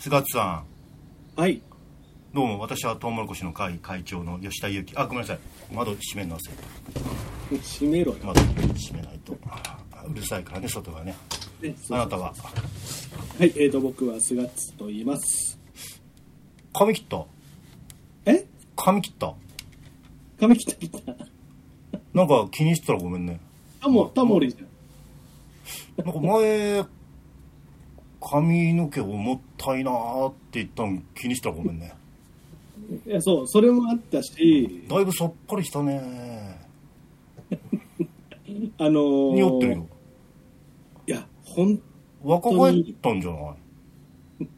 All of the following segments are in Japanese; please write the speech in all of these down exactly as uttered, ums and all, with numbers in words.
菅津さん。はい。 どうも、私はトウモロコシの会会長の吉田裕樹。あ、ごめんなさい。窓閉めるの忘れた。 閉めろよ。 窓閉めないと。うるさいからね、外がね。ね、あなたは。 はい、えーと、僕は菅津と言います。 髪切った？ え？ 髪切った？ 髪切った切った。 なんか気にしてたらごめんね。 タモ、タモリじゃん。なんか前、髪の毛重たいなーって言ったの気にしたらごめんね。 いや、そう、それもあったし。 だいぶさっぱりしたね。 あのー、 匂ってるよ。 いや、ほん若返ったんじゃない？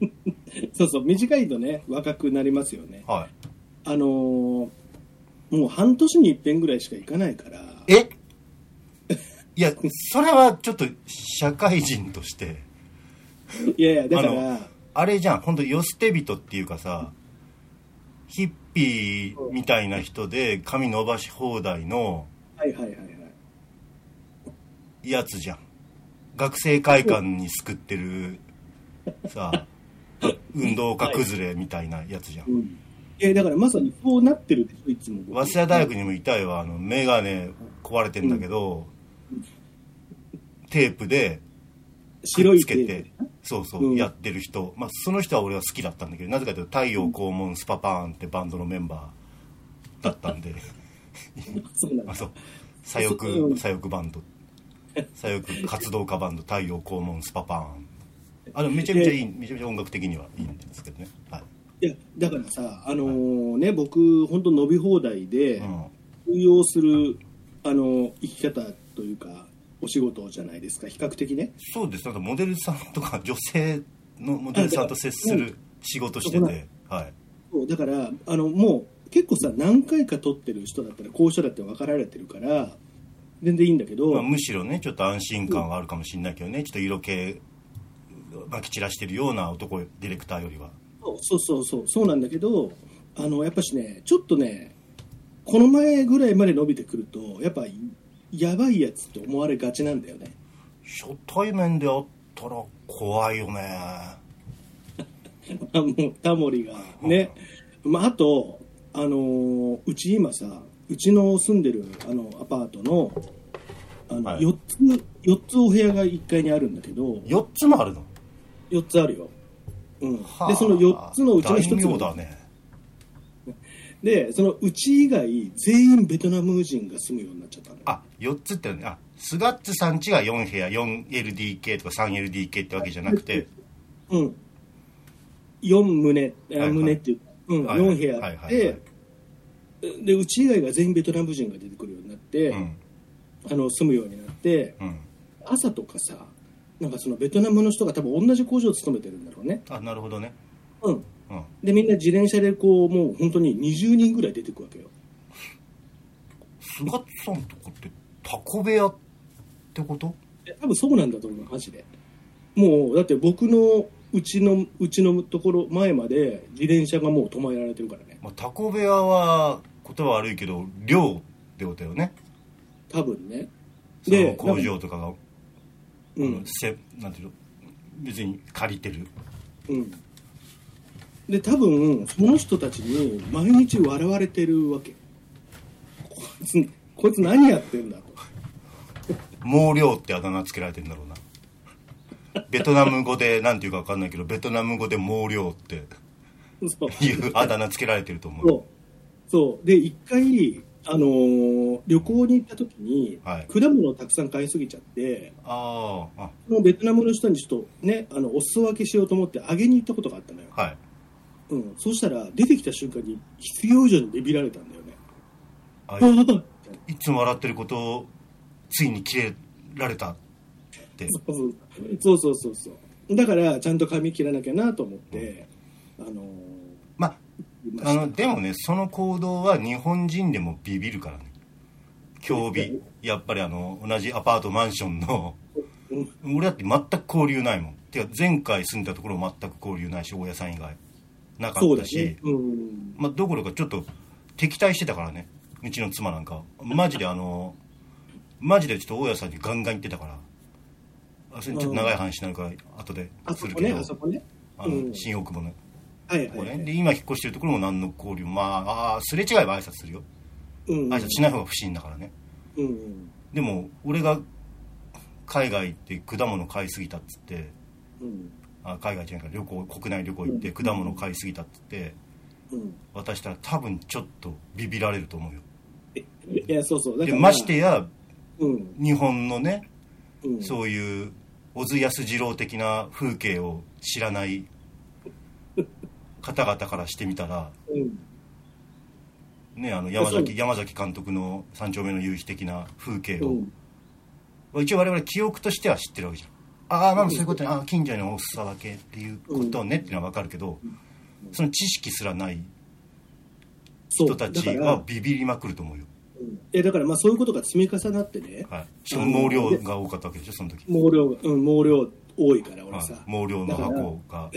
そうそう、短いとね、若くなりますよね。 はい。 あのー、もう半年に一遍ぐらいしか行かないから。 えいや、それはちょっと社会人として。 いやいや、だから。 あ, あれじゃん、本当よ捨て人っていうかさ、ヒッピーみたいな人で髪伸ばし放題のやつじゃん。学生会館にすくってるさ、運動家崩れみたいなやつじゃん。うん、 えだからまさにそうなってるでしょ、いつも。 早稲田大学にもいたいわ、あのメガネ壊れてんだけど、うん、テープでくっつけて、そうそう、うん、やってる人、まあその人は俺は好きだったんだけど、なぜかというと太陽黄門スパパーンってバンドのメンバーだったんで、 そうなんだ。 あ、そう、左翼左翼バンド、左翼活動家バンド太陽黄門スパパーン。あのめちゃめちゃいい、めちゃめちゃ音楽的にはいいんですけどね。はい。 いやだからさ、あのー、ね、僕本当伸び放題で通用する、あの生き方というかお仕事じゃないですか、比較的ね。 そうです。なんかモデルさんとか女性のモデルさんと接する仕事してて、はい。 そうだからあのもう結構さ、何回か撮ってる人だったらこういう人だって分かられてるから全然いいんだけど、 まあ、むしろねちょっと安心感はあるかもしれないけどね、ちょっと色気まき散らしてるような男ディレクターよりは。 そうそうそうそうなんだけど、あのやっぱしね、ちょっとね、この前ぐらいまで伸びてくるとやっぱやばいやつって思われがちなんだよね。 初対面で会ったら怖いよね。 あ、もうタモリがね、まあ、あとあのー、うち今さ、うちの住んでるあのアパートのあの、はい、よっつよっつお部屋がいっかいにあるんだけど。 よっつもあるの？ よっつあるよ。うん、でそのよっつのうちのひとつ。 大名だね。 でそのうち以外全員ベトナム人が住むようになっちゃったの。 あ、よっつってね、あ、スガッツさん家がよんへや よんエルディーケー とか スリーエルディーケー ってわけじゃなくて、 うん、よん棟、はいはい、棟っていう、うん、はいはい、よん部屋あって、はいはいはい、でうち以外が全員ベトナム人が出てくるようになって、うん、あの住むようになって、うん、朝とかさ、なんかそのベトナムの人が多分同じ工場を勤めてるんだろうね。 あ、なるほどね。 うん。うん、でみんな自転車でこうもう本当ににじゅうにんぐらい出てくわけよ。 菅さんとこってタコ部屋ってこと？ 多分そうなんだと思う、マジで。もうだって僕のうちのうちのところ前まで自転車がもう止められてるからね。 まあ、タコ部屋は言葉悪いけど寮ってことよね。 多分ね。 で工場とかが、 うん、 せなんていうの、別に借りてる。 うん。で多分その人たちに毎日笑われてるわけ。こいつこいつ何やってんだと。 毛量ってあだ名つけられてるんだろうな。ベトナム語でなんていうか分かんないけど、ベトナム語で毛量っていうあだ名つけられてると思う。 そうそうで一回、あのー、旅行に行った時に、はい、果物をたくさん買いすぎちゃって、 ああ、 そのベトナムの人にちょっとね、あのお裾分けしようと思ってあげに行ったことがあったのよ。 はい。 うん、そうしたら出てきた瞬間に必要以上にビビられたんだよね。 あい, いつも笑ってることをついに切れられたって。 そうそうそうそうだからちゃんと髪切らなきゃなと思って、うん、あのー、 まあのでもね、その行動は日本人でもビビるからね。競技やっぱりあの同じアパートマンションの、うん、俺だって全く交流ないもん。てか前回住んだところ全く交流ないし、大家さん以外なかったし、ね、うん、まあ、どころかちょっと敵対してたからね、うちの妻なんかマジであのマジでちょっと大家さんにガンガン言ってたから。それちょっと長い話になるから後でするけど、 あそこね、あそこね、 あの、うん、新大久保の、 はいはいはい、 で今引っ越してるところも何の交流も、まあ、あすれ違いは挨拶するよ、うんうん、挨拶しない方が不審だからね、うんうん、でも俺が海外行って果物買いすぎたっつって、うん、あ海外じゃないから旅行国内旅行行って果物買いすぎたっつって、うん、渡したら多分ちょっとビビられると思うよ。 いやそうそうだからでましてや、 うん、 日本のね、うん、そういう小津安二郎的な風景を知らない方々からしてみたら、うんね、あの山崎山崎監督の三丁目の夕日的な風景を、うん、一応我々記憶としては知ってるわけじゃん。ああまあそういうことね、ああ近所のお裾分けっていうことねっていうのは分かるけど、うん、その知識すらない人たちはビビりまくると思うよ。 うん、えだからまあそういうことが積み重なってね、 はい、しかも毛量が多かったわけでしょその時。 毛量が、うん、毛量多いから俺さ、はい、 毛量の箱が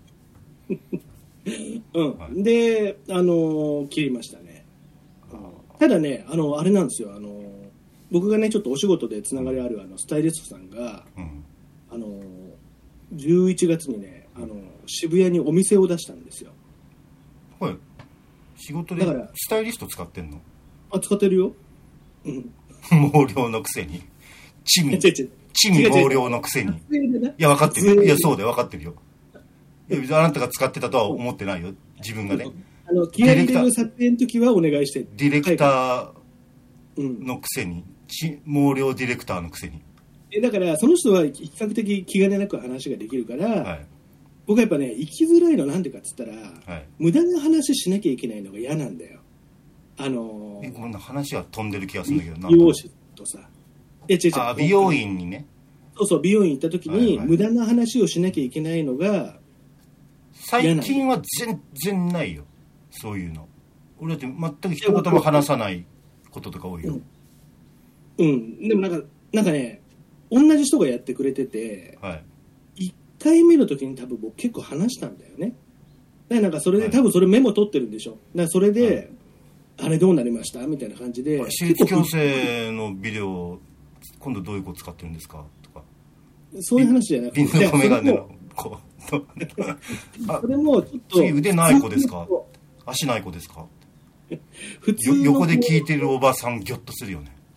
うん、はい、であの切りましたね。ただねあのあれなんですよ、あの僕がねちょっとお仕事でつながりあるあのスタイリストさんが、うん、あのじゅういちがつにねあの渋谷にお店を出したんですよ。 はい、仕事でスタイリスト使ってんの？ あ使ってるよ、うん、 毛量のくせにチミチミ毛量のくせにいや分かってるよ、いやそうだよ分かってるよ、いやあなたが使ってたとは思ってないよ自分がね。 あの気合い入れる撮影の時はお願いして。 ディレクターのくせに、はい、毛量ディレクターのくせにえだからその人は比較的気兼ねなく話ができるから、はい、僕はやっぱね生きづらいのなんでかっつったら、はい、無駄な話しなきゃいけないのが嫌なんだよ。あのー、 えこんな話は飛んでる気がするんだけど、 美容師とさえ違う違うあ美容院にね、 そうそう美容院行った時に、はいはい、無駄な話をしなきゃいけないのが最近は全然ないよそういうの。俺だって全く一言も話さないこととか多いよ。 うん、うん、でもなんかなんかね同じ人がやってくれてて、はい、いっかいめの時に多分僕結構話したんだよね。だからなんかそれで、はい、多分それメモ取ってるんでしょ。だからそれで、はいあれどうなりましたみたいな感じで。 手術矯正のビデオ今度どういう子使ってるんですかとかそういう話じゃなくて瓶のメガネの子それもちょっと次腕ない子ですか足ない子ですか普通よ横で聞いてるおばさんギョッとするよね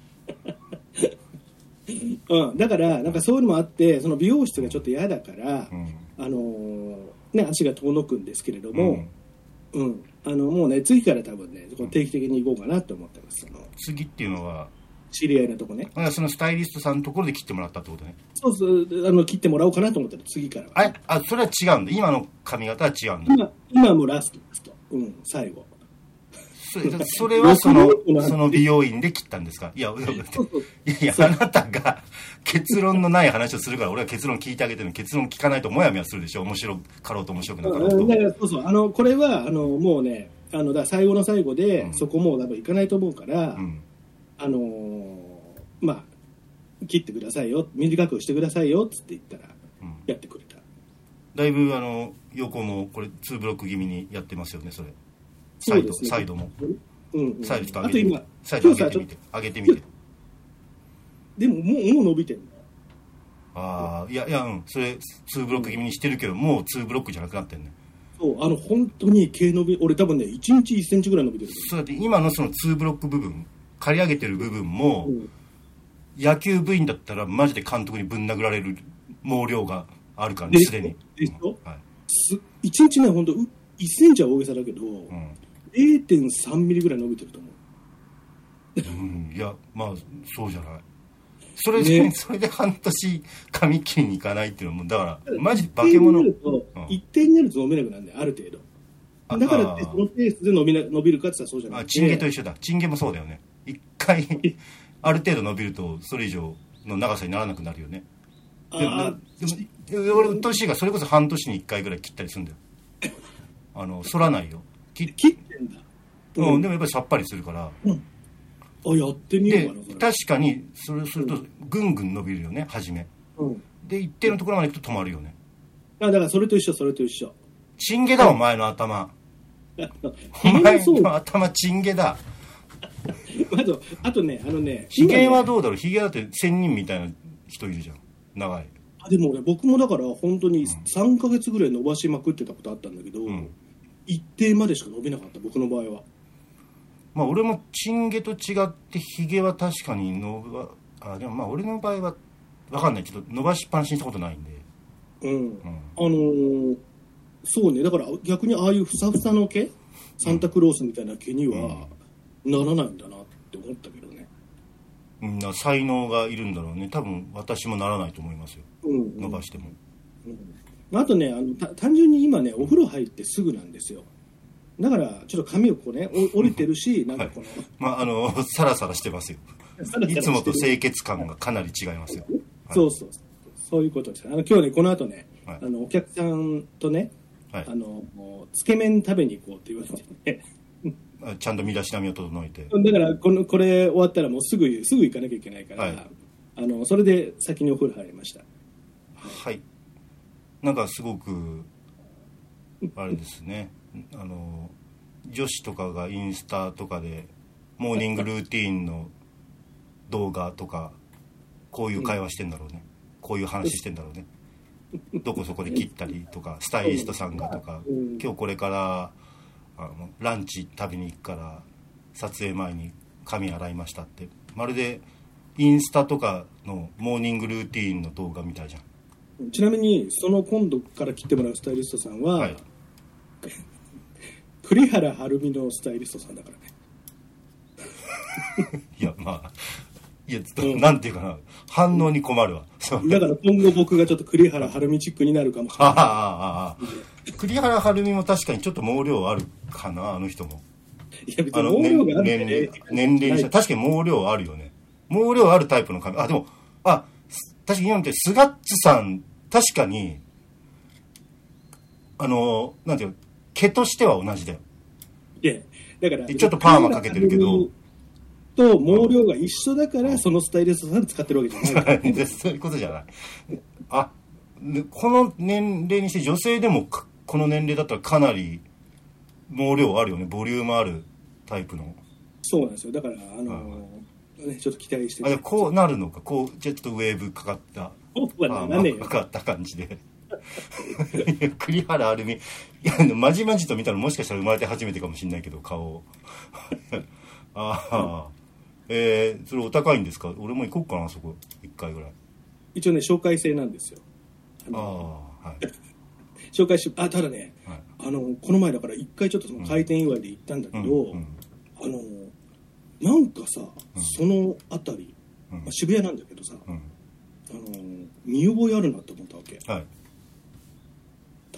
うん、だからなんかそういうのもあってその美容室がちょっと嫌だから、うん、あのー、ね足が遠のくんですけれども、うん、うんあのもうね次から多分ね定期的に行こうかなって思ってます。あの次っていうのは知り合いのとこね。 あそのスタイリストさんのところで切ってもらったってことね。 そうそうあの切ってもらおうかなと思ったら次からは、ね、ああそれは違うんだ今の髪型は違うんだ。 今今もラストですとうん最後それ, それはそのその美容院で切ったんですか。いやいやいやあなたが結論のない話をするから俺は結論聞いてあげてるの結論聞かないともやもやするでしょ。面白かろうと面白くなかろうと。 だからそうそうあのこれはあのもうねあのだ最後の最後で、うん、そこもう多分いかないと思うから、うん、あのー、まあ切ってくださいよ短くしてくださいよっつって言ったら、うん、やってくれた。 だいぶあの横もこれツーブロック気味にやってますよねそれ。サイド、ね、サイドも、うんうん、サイドちょっと上げてみてサイド上げてみて上げてみてでももうもう伸びてるの。 ああいやいやうんそれツーブロック気味にしてるけど、うん、もうツーブロックじゃなくなってんね。 そうあの本当に毛伸び俺多分ねいちにちいっセンチぐらい伸びてる。 そうだって今のそのツーブロック部分刈り上げてる部分も、うん、野球部員だったらマジで監督にぶん殴られる毛量があるからねすでに。 でしょ、はい、いちにちね本当いっセンチは大げさだけど、うん、れいてんさんミリぐらい伸びてると思う。 うん、いやまあそうじゃないそれで、ね、それで半年髪切りに行かないっていうのもだからマジで化け物。 一定になると伸びなくなるんだよある程度。だからってそのペースで伸びな伸びるかって言ったらそうじゃない。 チンゲと一緒だ。チンゲもそうだよね。一回ある程度伸びるとそれ以上の長さにならなくなるよね。でもでも俺うっとうしいからそれこそ半年にいっかいぐらい切ったりするんだよ。あの反らないよ。 切ってんだ、 うんうん、でもやっぱりさっぱりするから、うん、 あやってみようかな。 で確かにそれをするとぐんぐん伸びるよね初め、うん、で一定のところまで行くと止まるよね。 あだからそれと一緒それと一緒。 チンゲだお前の頭お前の頭チンゲだあとあとねあのねヒゲはどうだろう。ヒゲだって仙人みたいな人いるじゃん長い。 でもね、僕もだから本当にさんかげつぐらい伸ばしまくってたことあったんだけど、うん、一定までしか伸びなかった、僕の場合は。 まあ俺もチンゲと違ってヒゲは確かに伸ばあでもまあ俺の場合は分かんない、ちょっと伸ばしっぱなしにしたことないんで、 うん、うん、あのー、そうね、だから逆にああいうふさふさの毛、サンタクロースみたいな毛にはならないんだなって思ったけどね。 うん、才能がいるんだろうね。多分私もならないと思いますよ、うんうん、伸ばしても、 うん、あとね、あの単純に今ねお風呂入ってすぐなんですよ。だからちょっと髪をこうね降りてるし、なんかこの、はい、 まああのサラサラしてますよいつもと清潔感がかなり違いますよ、はい、 そうそうそういうことです。あの今日ねこの後ね、はい、あのお客さんとね、はい、あのつけ麺食べに行こうって言われてねちゃんと身だしなみを整えて、 だからこのこれ終わったらもうすぐすぐ行かなきゃいけないから、はい、あのそれで先にお風呂入りました。 はい、なんかすごくあれですねあの女子とかがインスタとかでモーニングルーティーンの動画とかこういう会話してんだろうね、こういう話してんだろうね、どこそこで切ったりとかスタイリストさんがとか、今日これからあのランチ食べに行くから撮影前に髪洗いましたって、まるでインスタとかのモーニングルーティーンの動画みたいじゃん。 ちなみにその今度から切ってもらうスタイリストさんは、はい、栗原はるみのスタイリストさんだからねいやまあいや、うん、なんていうかな、反応に困るわ。 だから今後僕がちょっと栗原はるみチックになるかもしれない。ああ栗原はるみも確かにちょっと毛量あるかな、あの人も。 いや別に毛量がある、ね、 年齢年齢にしたら確かに毛量あるよね。毛量あるタイプの髪。あでもあ確かに今見てスガッツさん確かにあのなんていうの毛としては同じだよ。 いやだからちょっとパーマかけてるけど。 と毛量が一緒だからそのスタイリストさん使ってるわけじゃない。 そういうことじゃない。あ、この年齢にして女性でもこの年齢だったらかなり毛量あるよね。ボリュームあるタイプの。 そうなんですよ。だからあのー、ねちょっと期待してる。 あこうなるのか。こうちょっとウェーブかかったパーマかかった感じで。栗原はるみいやまじまじと見たらもしかしたら生まれて初めてかもしれないけど顔をああえー、それお高いんですか？俺も行こうかなそこいっかいぐらい。 一応ね紹介制なんですよ。 ああはい紹介しあただね、はい、あのこの前だから一回ちょっとその開店祝いで行ったんだけど、うんうん、あのなんかさ、うん、そのあたり、うんまあ、渋谷なんだけどさ、うん、あの見覚えあるなって思ったわけ、はい、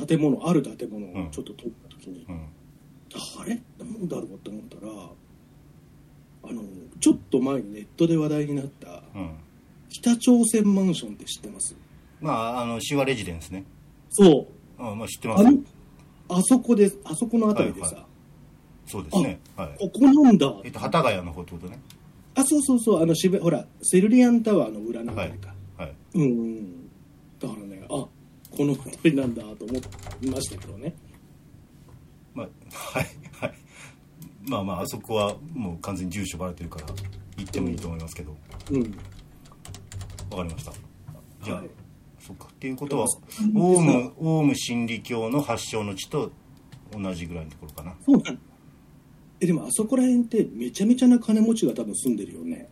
建物ある建物をちょっと通った時に、うんうん、あれなんだろうって思ったらあのちょっと前にネットで話題になった、うん、北朝鮮マンションって知ってます？ まああのシュワレジデンスね。 そう。 あまあ知ってます。 あ, あそこであそこのあたりでさ、はいはい、 そうですね。はい。 ここなんだ。 えっと幡ヶ谷の方ってことね。 あそうそうそうあの渋ほらセルリアンタワーの裏のあたりか。はい。はい、うんうん。だからねあこのあたりなんだと思いましたけどね。 まあはいはい。まあまああそこはもう完全に住所バレてるから行ってもいいと思いますけど。うん。わ、うん、かりました。じゃあ、はい、そっかっていうことはオウムオウム真理教の発祥の地と同じぐらいのところかな。 そうなん。えでもあそこら辺ってめちゃめちゃな金持ちが多分住んでるよね。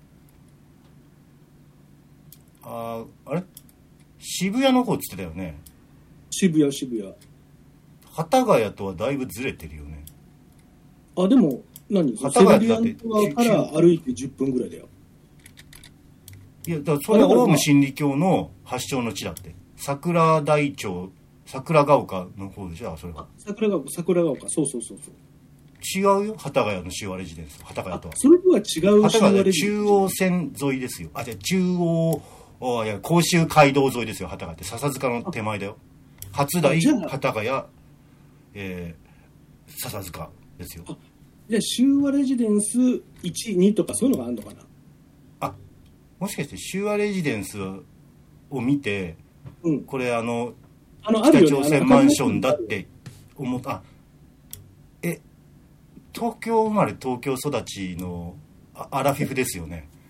あああれ渋谷の方っつってたよね。 渋谷渋谷。 幡ヶ谷とはだいぶずれてるよね。 あでも何セルリアンタワーから歩いてじゅっぷんぐらいだよ。 いやだからそれはオウム真理教の発祥の地だって。桜台町桜ヶ丘の方でしょそれは。 桜ヶ丘桜ヶ丘そうそうそうそう。 違うよ幡ヶ谷のシュワレジデンス幡ヶ谷とは。 それとは違うシュワレジデンス。 中央線沿いですよ。あじゃあ中央あいや甲州街道沿いですよ幡ヶ谷って笹塚の手前だよ。初台幡ヶ谷、えー、笹塚ですよ。 じゃあシュワレジデンスいち、にとかそういうのがあるのかな。 あもしかしてシュワレジデンスを見て、うん、これあのあの北朝鮮マンションだって思った。あえ東京生まれ東京育ちのアラフィフですよね。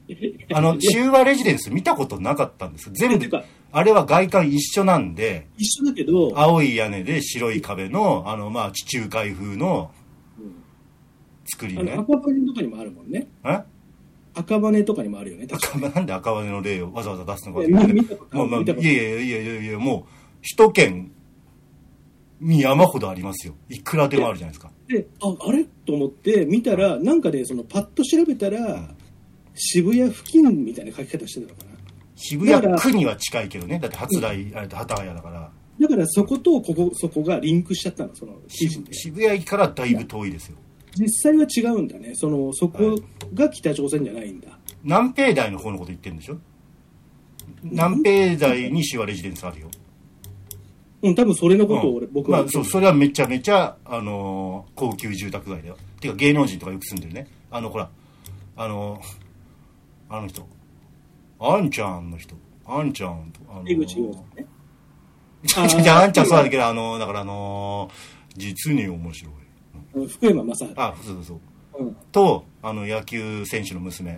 あの秀和レジデンス見たことなかったんです。全部あれは外観一緒なんで、 一緒だけど青い屋根で白い壁のあのまあ地中海風の作りね。 あの赤羽とかにもあるもんね。 え？ 赤羽とかにもあるよね。 赤羽なんで赤羽の例をわざわざ出すのか。 いや見たことある。 まあまあ、いやいやいやいやいや、もう首都圏に山ほどありますよ。いくらでもあるじゃないですか。 で、あ、あれと思って見たら、なんかね、そのパッと調べたら、渋谷付近みたいな書き方してたのかな。 渋谷区には近いけどね。だって初台、うん、あれと幡ヶ谷だから。 だからそことここ、そこがリンクしちゃったの、その記事で。 渋谷駅からだいぶ遠いですよ。 実際は違うんだね。その、そこが北朝鮮じゃないんだ。はい、 南平台の方のこと言ってるんでしょ？南平台に手話レジデンスあるよ。 うん、多分それのことを俺、 うん、 僕は、 まあ、そう、それはめちゃめちゃ、あのー、高級住宅街だよ。てか芸能人とかよく住んでるね。あの、ほら、あのー、あの人。あんちゃんの人。あんちゃんと、あのー、 江口洋さんね。 じゃあ、あんちゃんそうだけど、あのー、だからあのー、実に面白い。 うん、福山雅治。 あ、そうそうそう。 うん、 と、あの、野球選手の娘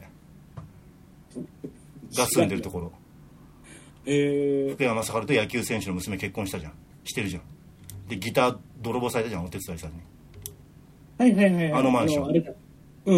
が住んでるところ。 えー、 福山雅治と野球選手の娘結婚したじゃん。してるじゃん。でギター泥棒されたじゃん、お手伝いさんに。 はいはいはい、はい、 あのマンション。 あれだ、うん、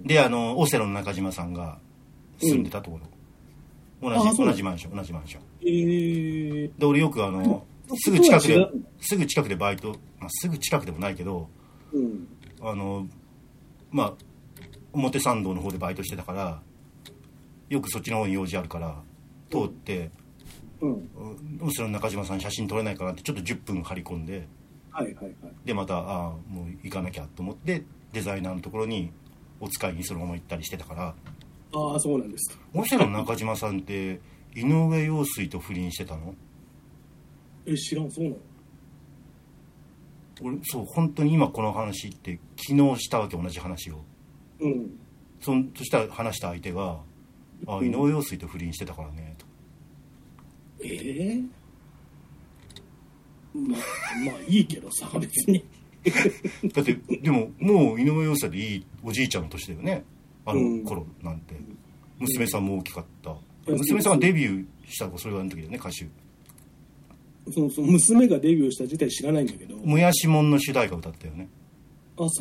で、あのオセロの中島さんが住んでたところ、うん、同じ同じマンション同じマンション。 えー、 で俺よくあのすぐ近くですぐ近くでバイト、まあ、すぐ近くでもないけど、 うん、 あのまあ表参道の方でバイトしてたから、よくそっちの方に用事あるから通って、うん、オセロの中島さん写真撮れないかなってちょっとじゅっぷん張り込んで、 はいはいはい、 でまたああもう行かなきゃと思ってデザイナーのところにお使いにそのまま行ったりしてたから。 ああ、そうなんですか。 オセロの中島さんって井上陽水と不倫してたの？ え、知らん。そうなの？ 俺そう本当に今この話って昨日したわけ、同じ話を。 うん。 そ, そしたら話した相手が「あ、井上陽水と不倫してたからね」と。 ええー、まあまあいいけどさ、別にだってでももう井上陽水でいいおじいちゃんの年だよね、あの頃なんて、うん、娘さんも大きかった、うん、娘さんがデビューしたのがそれがあの時だよね、歌手。 そうそう、娘がデビューした自体知らないんだけど、 もやしもんの主題歌歌ったよね。 あ、そう、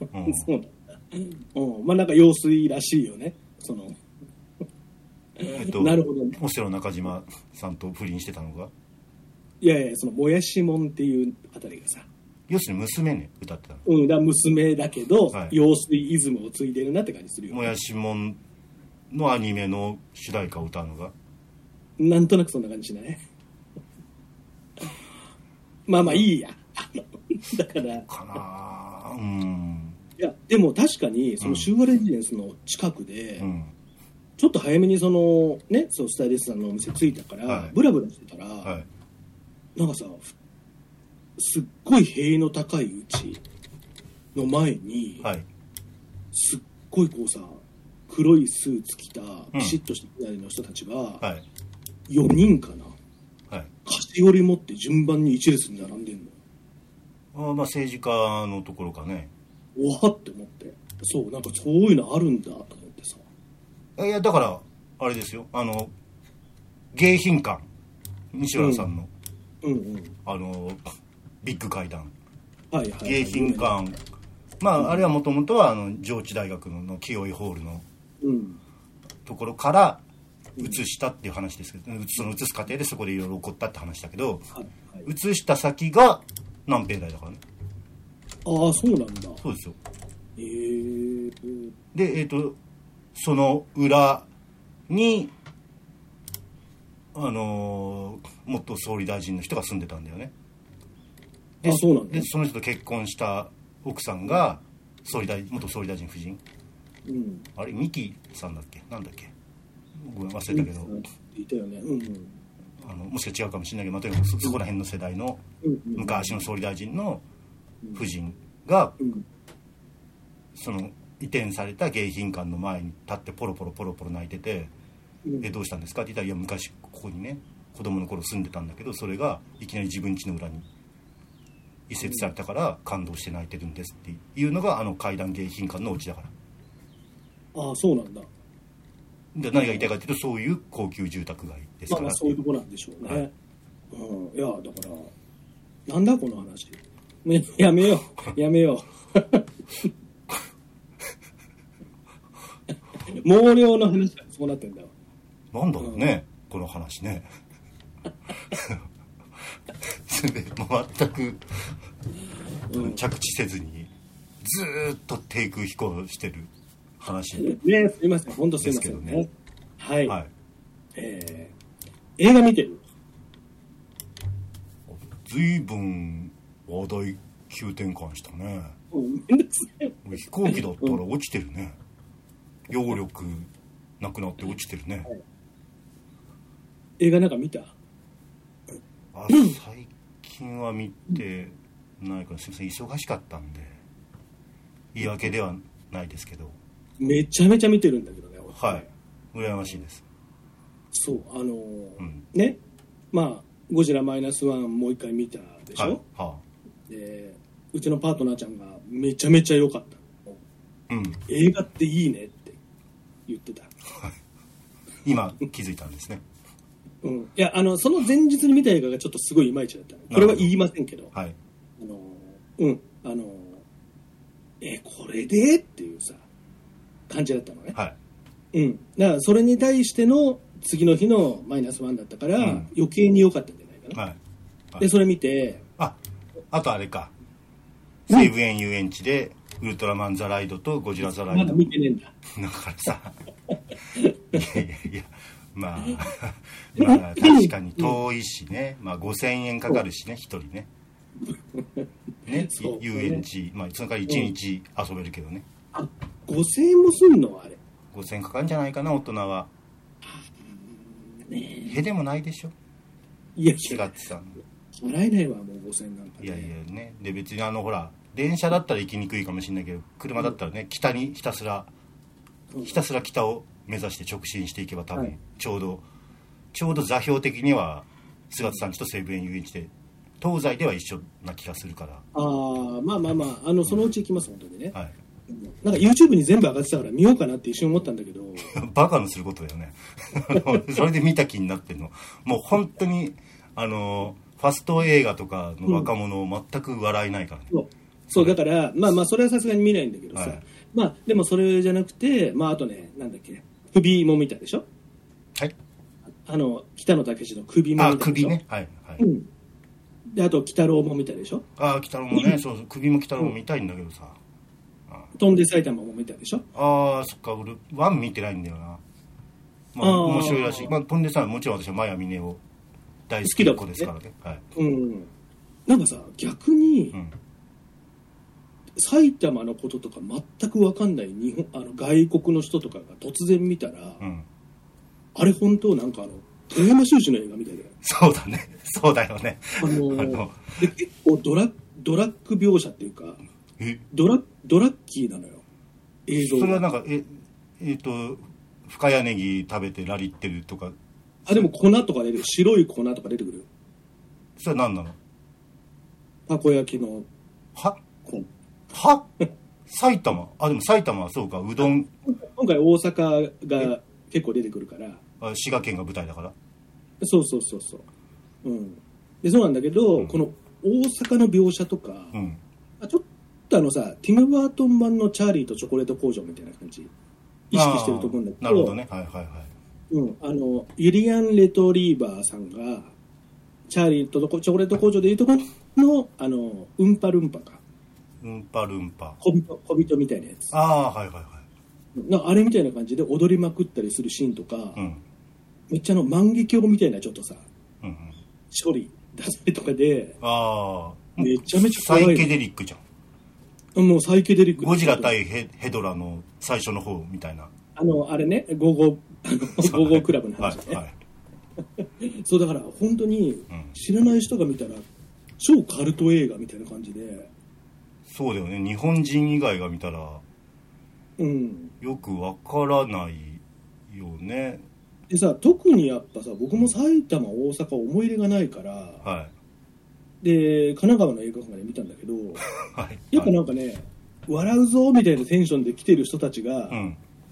うん、そうなんだ。うん、まあなんか陽水らしいよね、そのえっと、 なるほどね。 オセロ中島さんと不倫してたのが、 いやいや、そのもやしもんっていうあたりがさ、 要するに娘ね歌ってたの。 うん、だ娘だけど、はい、陽水イズムを継いでるなって感じするよ、ね。 もやしもんのアニメの主題歌を歌うのが、 なんとなくそんな感じしないまあまあいいやだからかな、うん、 いやでも確かにそのシューガレジデンスの近くで、うん、ちょっと早めにそのね、そうスタイリストさんのお店着いたから、はい、ブラブラしてたら、はい、なんかさ、すっごい塀の高いうちの前に、はい、すっごいこうさ、黒いスーツ着たピシッとした左の人たちが、うん、はい、よにんかな、はい、菓子折り持って順番に一列に並んでんの。 あ、まあ政治家のところかね。 おわって思って、そう、なんかそういうのあるんだと思ってさ。 いやだからあれですよ、あの迎賓館、西村さんの、うんうんうん、あのビッグ階段、はいはいはい、迎賓館、まあ、うん、あれはもともとはあの上智大学の清居ホールのところから移したっていう話ですけど、うん、その移す過程でそこでいろいろ起こったって話だけど、はいはい、移した先が南平台だからね。 ああ、そうなんだ。 そうですよ。 へえー、 で、えっとその裏にあのー、元総理大臣の人が住んでたんだよね。で、あ、そうなんだ。でその人と結婚した奥さんが総理大元総理大臣夫人、うん、あれミキさんだっけ、なんだっけ、ごめん忘れたけど、 いたよね、うんうん、 あのもしか違うかもしれないけど、まあ、とにかく そ, そこら辺の世代の昔の総理大臣の夫人が、うんうん、その移転された迎賓館の前に立ってポロポロポロポロ泣いてて、うん、えどうしたんですかって言ったら、いや昔ここにね子供の頃住んでたんだけど、それがいきなり自分家の裏に移設されたから感動して泣いてるんですっていうのがあの階段迎賓館のお家だから。 ああ、そうなんだ。 で何が言いたいかというと、そういう高級住宅街ですから、 まあ、まあそういうとこなんでしょうね、はい、うん、いやだからなんだこの話、ね、やめようやめよう毛量の話がそうなってんだわ。 なんだろうね、うん、この話ね全く着地せずにずーっと低空飛行してる話ね、すいません、本当すいませんね。はい、はい、えー、映画見てる？ 随分話題急転換したね。飛行機だったら落ちてるね。揚力なくなって落ちてるね。はい、 映画なんか見た？ あ、最近は見てないから、すみません、忙しかったんで言い訳ではないですけど。 めちゃめちゃ見てるんだけどね。 はい、羨ましいです。 そう、あのーうん、ね、まあゴジラマイナスワンもう一回見たでしょ、はい、はあ、でうちのパートナーちゃんがめちゃめちゃ良かった、うん、映画っていいねって言ってた、はい、 今気づいたんですねうん、いや、あのその前日に見た映画がちょっとすごいいまいちだったの。これは言いませんけど、はい、あのうんあのえこれでっていうさ感じだったのね、はい、うん、だからそれに対しての次の日のマイナスワンだったから、うん、余計に良かったんじゃないかな、はいはい、でそれ見て、 ああとあれか、西武園遊園地でウルトラマンザライドとゴジラザライド、 まだ見てねえんだだからさいやいやいやまあまあ確かに遠いしね、まあ、ごせんえんかかるしね、一人ねね、遊園地、まあ、その代わりいちにち遊べるけどね。 あ、ごせんえんもすんのあれ。 ごせんえんかかるんじゃないかな、大人は。へでもないでしょ。 いや、 しがつさん払えないわ、もうごせんえんなんか、ね、 いやいやね。で別にあのほら電車だったら行きにくいかもしれないけど、車だったらね、うん、北にひたすらひたすら北を目指して直進していけば多分ちょうど、はい、ちょうど座標的には菅田さんちと西武園遊園地で東西では一緒な気がするから。 ああ、まあまあまあ、あのそのうち行きます、うん、本当にね、はい、なんか YouTube に全部上がってたから見ようかなって一瞬思ったんだけどバカのすることだよねそれで見た気になってるのもう本当にあのファスト映画とかの若者を全く笑えないからね、 うん、そう、そうだからまあまあそれはさすがに見ないんだけどさ、はい、まあでもそれじゃなくて、まああとね、なんだっけ、首も見たでしょ。はい、あの北野武の首も見たでしょ。あ、首ね、はいはい、うん、であと鬼太郎も見たでしょ。 ああ、鬼太郎もね、そうそう、首も鬼太郎も見たいんだけどさ、 うん、飛んで埼玉も見たでしょ。 ああ、そっか、俺ワン見てないんだよな。まあ面白いらしい。まあ飛んでさ、もちろん私はマヤミネを大好きな子ですからね。はい。うん。 なんかさ、逆に、うん、埼玉のこととか全く分かんない日本、あの外国の人とかが突然見たら、うん、あれ本当なんかあの富山修司の映画みたいで。 そうだね。そうだよね。 あのー、あので結構ドラドラッグ描写っていうか、えドラドラッキーなのよ。映像が。 それはなんかええー、と深谷ネギ食べてラリってるとか。 あ、でも粉とか出てくる、白い粉とか出てくる。 それは何なの？ たこ焼きのはは埼玉、あ、でも埼玉はそうか、うどん。 今回大阪が結構出てくるから。 あ、滋賀県が舞台だから。 そうそうそうそう、うん、でそうなんだけど、うん、この大阪の描写とか、うん、ちょっとあのさティム・バートン版のチャーリーとチョコレート工場みたいな感じ意識してると思うんだけど。 なるほどね、はいはいはい、 うん、あのユリアン・レトリーバーさんがチャーリーとチョコレート工場でいうところのあのウンパルンパか、 ウンパルンパ、 小人小人みたいなやつ。 ああ、はいはいはい。 なあれみたいな感じで踊りまくったりするシーンとか、うん、めっちゃあの万華鏡みたいなちょっとさ、うんうん、処理出したりとかで、ああ、めちゃめちゃサイケデリックじゃん。もうサイケデリック。 ゴジラ対ヘヘドラの最初の方みたいな。 あのあれね、ゴーゴーあのゴーゴークラブの話ね。はいはい、そうだから本当に知らない人が見たら超カルト映画みたいな感じで。 そうだよね、日本人以外が見たら、うん、よくわからないよね。 でさ、特にやっぱさ、僕も埼玉大阪思い入れがないから、はい、で神奈川の映画館で見たんだけど、はい、やっぱなんかね、笑うぞみたいなテンションで来てる人たちが、うん、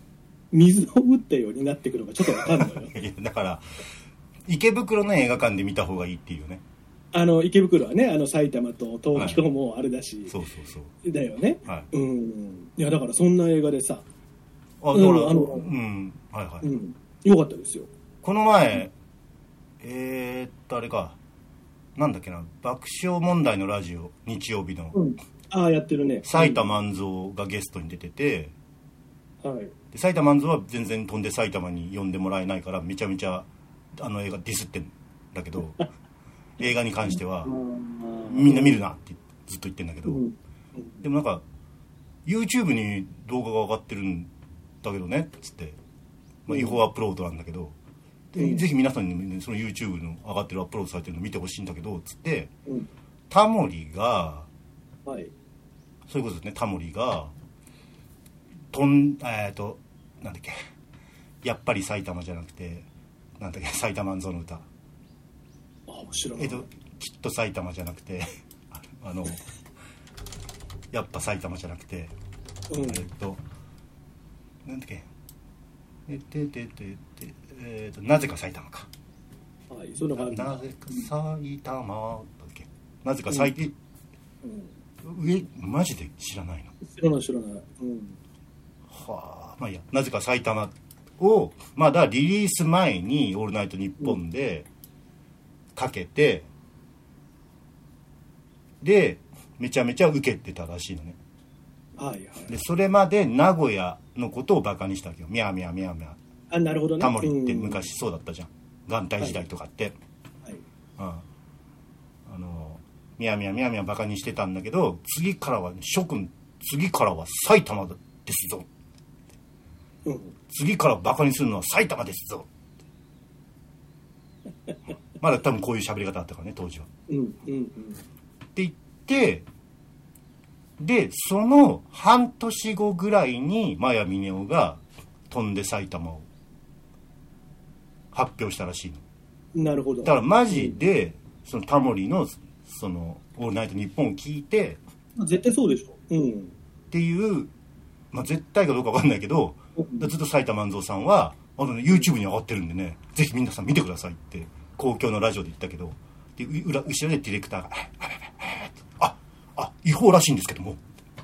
水を打ったようになってくるのがちょっとわかんないよいやだから池袋の映画館で見た方がいいっていうね。 あの池袋はね、あの埼玉と東京もあれだし、はい、 そうそうそうだよね、 はい、 うん。いやだからそんな映画でさ、 あ、うん、あの、うん、はいはい、うん、 よかったですよ。 この前、うん、えー、っとあれか、なんだっけな、爆笑問題のラジオ日曜日の、 うん、ああやってるね。 埼玉万蔵がゲストに出てて、 はい、 で埼玉万蔵は全然飛んで埼玉に呼んでもらえないからめちゃめちゃあの映画ディスってんだけど映画に関してはみんな見るなってずっと言ってんだけど、でもなんか YouTube に動画が上がってるんだけどねっつって、まあ、違法アップロードなんだけど、でぜひ皆さんに、ね、その YouTube の上がってるアップロードされてるの見てほしいんだけどっつって、タモリが、はい、そういうことですね、タモリがとんえっとなんだっけ、やっぱり埼玉じゃなくてなんだっけ、埼玉万蔵の歌、あ、 面白い。 えっときっと埼玉じゃなくてあのやっぱ埼玉じゃなくて、うん、えっとなんだっけ、えってってってってえっとなぜか埼玉か、 はい、そのなぜか埼玉だっけ、なぜか埼玉、うんうん、上マジで知らないの。 知らない知らない。うん、 はあ、まあいいや、なぜか埼玉をまだリリース前にオールナイトニッポンでかけて、うん、でめちゃめちゃ受けてたらしいのね。 はいはい。 でそれまで名古屋のことをバカにしたわけよ。ミャーミャーミャーミャー。 あ、なるほどね。 タモリって昔そうだったじゃん。眼帯時代とかって。はい。はい、うん。あのミャーミャーミャーミャーバカにしてたんだけど、次からは、ね、諸君次からは埼玉ですぞ。うん、次からバカにするのは埼玉ですぞまだ多分こういう喋り方だったからね当時は、うんうんうん、って言ってでその半年後ぐらいに真矢峰夫が飛んで埼玉を発表したらしいの。なるほど。 だからマジで、うん、そのタモリのそのオールナイトニッポンを聞いて、 絶対そうでしょ、うん、 っていう、まあ、絶対かどうか分かんないけど、ずっと埼玉万蔵さんはあの、ね、YouTube に上がってるんでね、ぜひ皆さん見てくださいって公共のラジオで言ったけど、で裏後ろでディレクターがああ違法らしいんですけども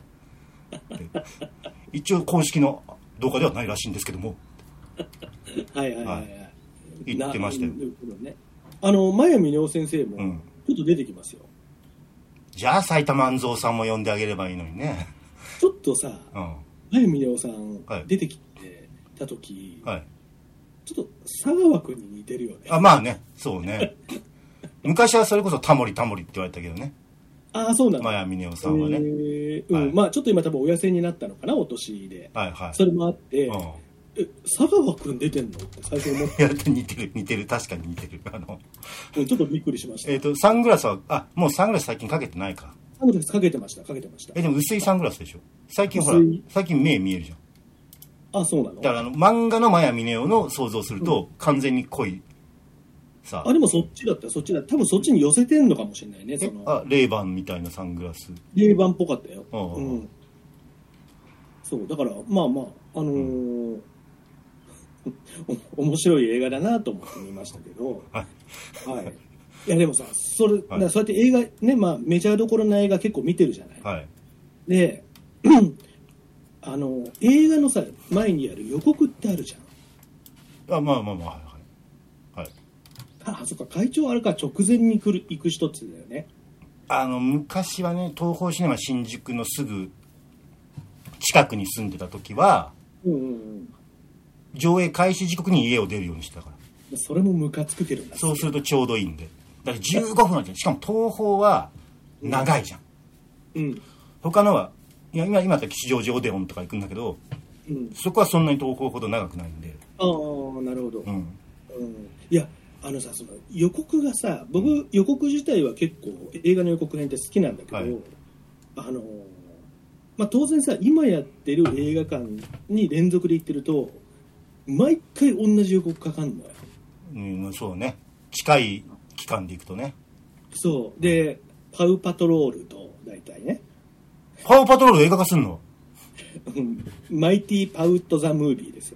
一応公式の動画ではないらしいんですけどもはいはいはい、はい、 言ってましたよ。 ね、あの真矢峰夫先生もちょっと出てきますよ、 うん、じゃあ埼玉万蔵さんも呼んであげればいいのにね。 ちょっとさ、うん真矢峰夫さん出てきてた時、はい、ちょっと佐川君に似てるよね。 あ、まあね、そうね昔はそれこそタモリタモリって言われたけどね。 ああ、そうなんだ。 真矢峰夫さんはね、 えーうんはい、まあちょっと今多分お痩せになったのかな、お年で、はいはい、それもあって、うん、え佐川君出てんのって最初思って。いや似てる似てる、確かに似てる。あのちょっとびっくりしました。 えっとサングラスはあもうサングラス最近かけてないか。 サングラスかけてましたかけてました。 えでも薄いサングラスでしょ最近。ほら最近目見えるじゃん。 あ、そうなの。 だからあの漫画の真矢峰夫の想像すると、うん、完全に濃いさあ。でもそっちだったらそっちだ多分そっちに寄せてんのかもしれないね。そのあレイバンみたいなサングラス。 レイバンっぽかったよ。ああ、うん、そうだからまあまああのーうん面白い映画だなと思って見ましたけど、はい、はい、いやでもさそれ、はい、そうやって映画ね、まあ、メジャーどころの映画結構見てるじゃない、はい、であの映画のさ前にやる予告ってあるじゃん。あまあまあまあはいはい。 あそっか会長あれか直前に来る行く人って言うんだよね。 あの昔はね東宝シネマ新宿のすぐ近くに住んでた時は、うんうんうん、上映開始時刻に家を出るようにしてたから。 それもムカつくけどな。 そうするとちょうどいいんで。だからじゅうごふんなんじゃん。しかも東宝は長いじゃん。うん。他のはいや今今だったら吉祥寺オデオンとか行くんだけど、うん、そこはそんなに東宝ほど長くないんで。 ああなるほど。うん。うん、いやあのさその予告がさ僕、うん、予告自体は結構映画の予告編って好きなんだけど、はい、あのまあ当然さ今やってる映画館に連続で行ってると毎回同じ予告かかんのよ。 うん、そうね。近い期間で行くとね。 そうでパウパトロールと大体ね。 パウパトロール映画化すんの？ マイティパウトザムービーですよ。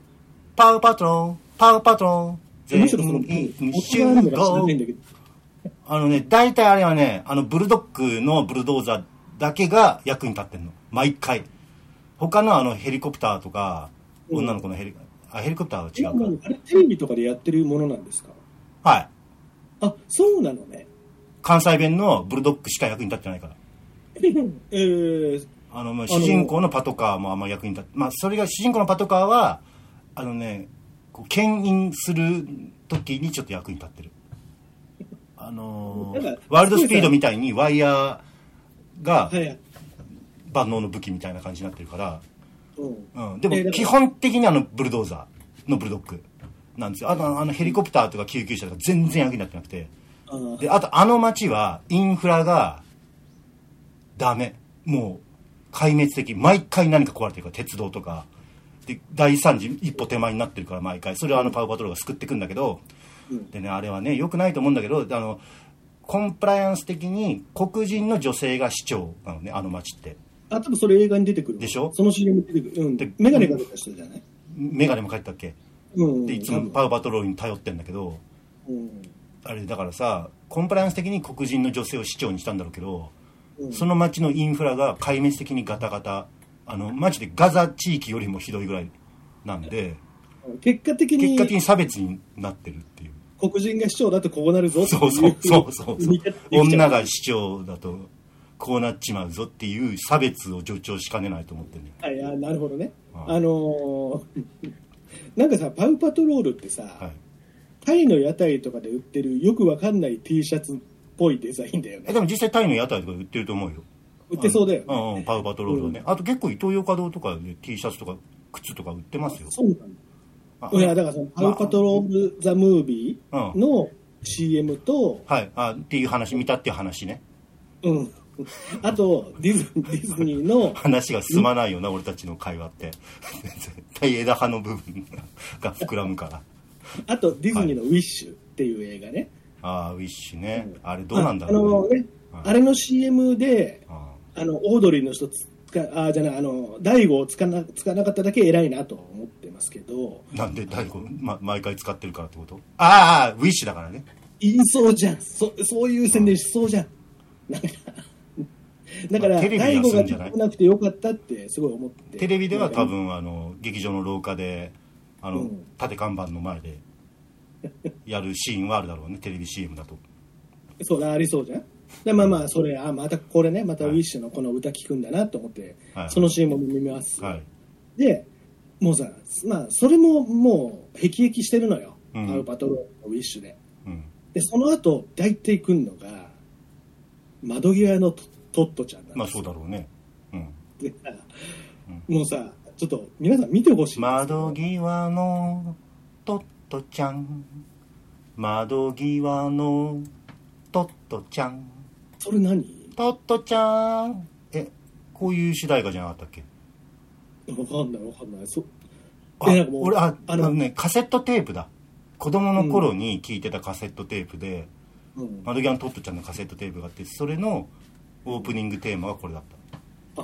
パウパトロールパウパトロールむしろその全員集合。あのね、大体あれはね、あのブルドッグのブルドーザーだけが役に立ってんの。毎回。他のあのヘリコプターとか、うん、女の子のヘリ、あ、ヘリコプターは違うか。 あれテレビとかでやってるものなんですか？ はい。 あ、そうなのね。 関西弁のブルドッグしか役に立ってないから。 えー、 あの、主人公のパトカーもあんま役に立って、まあ、それが主人公のパトカーは、あのね、こう牽引する時にちょっと役に立ってる。あのー、ワールドスピードみたいにワイヤーが万能の武器みたいな感じになってるから、うんうん、でも基本的にあのブルドーザーのブルドッグなんですよ。あとあのヘリコプターとか救急車とか全然役になってなくて、であとあの街はインフラがダメ、もう壊滅的、毎回何か壊れてるから、鉄道とかで大惨事一歩手前になってるから毎回、それはあのパウパトロールが救ってくんだけど、でね、あれはね良くないと思うんだけど、あのコンプライアンス的に黒人の女性が市長なのね、あの街って。 あ、多分それ映画に出てくるでしょ。 その シーエム 出てくる、うん、でメガネかけた人じゃない？ メガネもかけたっけ、 うん、 でいつもパウパトロールに頼ってんだけど、うん、あれだからさ、コンプライアンス的に黒人の女性を市長にしたんだろうけど、うん、その街のインフラが壊滅的にガタガタ、あのマジでガザ地域よりもひどいぐらいなんで、 結果的に結果的に差別になってるっていう。 黒人が市長だとこうなるぞっていう。 そうそうそうそう女が市長だとこうなっちまうぞっていう差別を助長しかねないと思ってるね。 はい、あ、なるほどね。あ, あのー、なんかさ、パウパトロールってさ、はい、タイの屋台とかで売ってるよくわかんない T シャツっぽいデザインだよね。 でも実際タイの屋台とかで売ってると思うよ。 売ってそうだよね。 ああ、パウパトロールはね、うん、あと結構イトーヨーカドーとかで T シャツとか靴とか売ってますよ。 そうなんだ。いやだからそのパウパトロール・ザ・ムービーの シーエム と、 はい、あっていう話見たっていう話ね。 うん。あとディズディズニーの話が進まないよな、俺たちの会話って絶対枝葉の部分が膨らむから。 あとディズニーのウィッシュっていう映画ね。 ああ、ウィッシュね、うん、あれどうなんだろうね。 あのね、あれの シーエム で、ああのオードリーの人つかあじゃないあの大悟をつかなつかなかっただけ偉いなと思ってますけど。 なんで大悟、ま、毎回使ってるからってこと？ああ、ウィッシュだからね。 言いそうじゃん。そそういう宣伝しそうじゃん。なんかだから、まあ、大悟が使わなくてよかったってすごい思って。 テレビでは多分あの劇場の廊下であの、うん、縦看板の前でやるシーンはあるだろうね、テレビ シーエム だと。 そうありそうじゃん。でまあまあそれあまたこれねまたウィッシュのこの歌聞くんだなと思って、はい、その シーエム も見ます、はい、でもうさ、まあそれももう辟易してるのよ、うん、パウパトロールのウィッシュで、うん、でその後大体来るのが窓際のトットちゃんなんです。 まあそうだろうね、うん、 でさ、うん、もうさちょっと皆さん見てほしい。 窓際のトットちゃん、窓際のトットちゃん、 それ何？ トットちゃん、え、こういう主題歌じゃなかったっけ？ わかんないわかんない。そあえなんかもう俺ああのねカセットテープだ。子供の頃に聴いてたカセットテープで、うん、窓際のトットちゃんのカセットテープがあって、それのオープニングテーマがこれだった。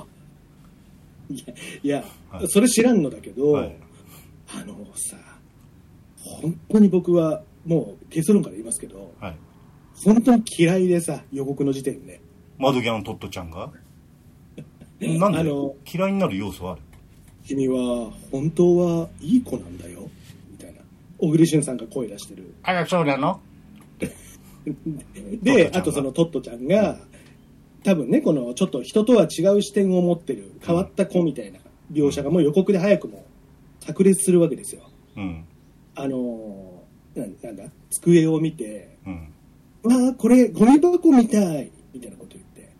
あ、いや、いや、はい、それ知らんのだけど、はい、あのさ、本当に僕はもう結論から言いますけど、はい、本当に嫌いでさ、予告の時点で。 窓際のトットちゃんがなんであの嫌いになる要素はある？ 君は本当はいい子なんだよみたいな小栗旬さんが声出してる。 あらそうなのであとそのトットちゃんが、うん、多分ねこのちょっと人とは違う視点を持ってる変わった子みたいな描写がもう予告で早くも炸裂するわけですよ、うん、あのな, なんだ机を見て、うん、わあこれゴミ箱みたいみたいなこと言って、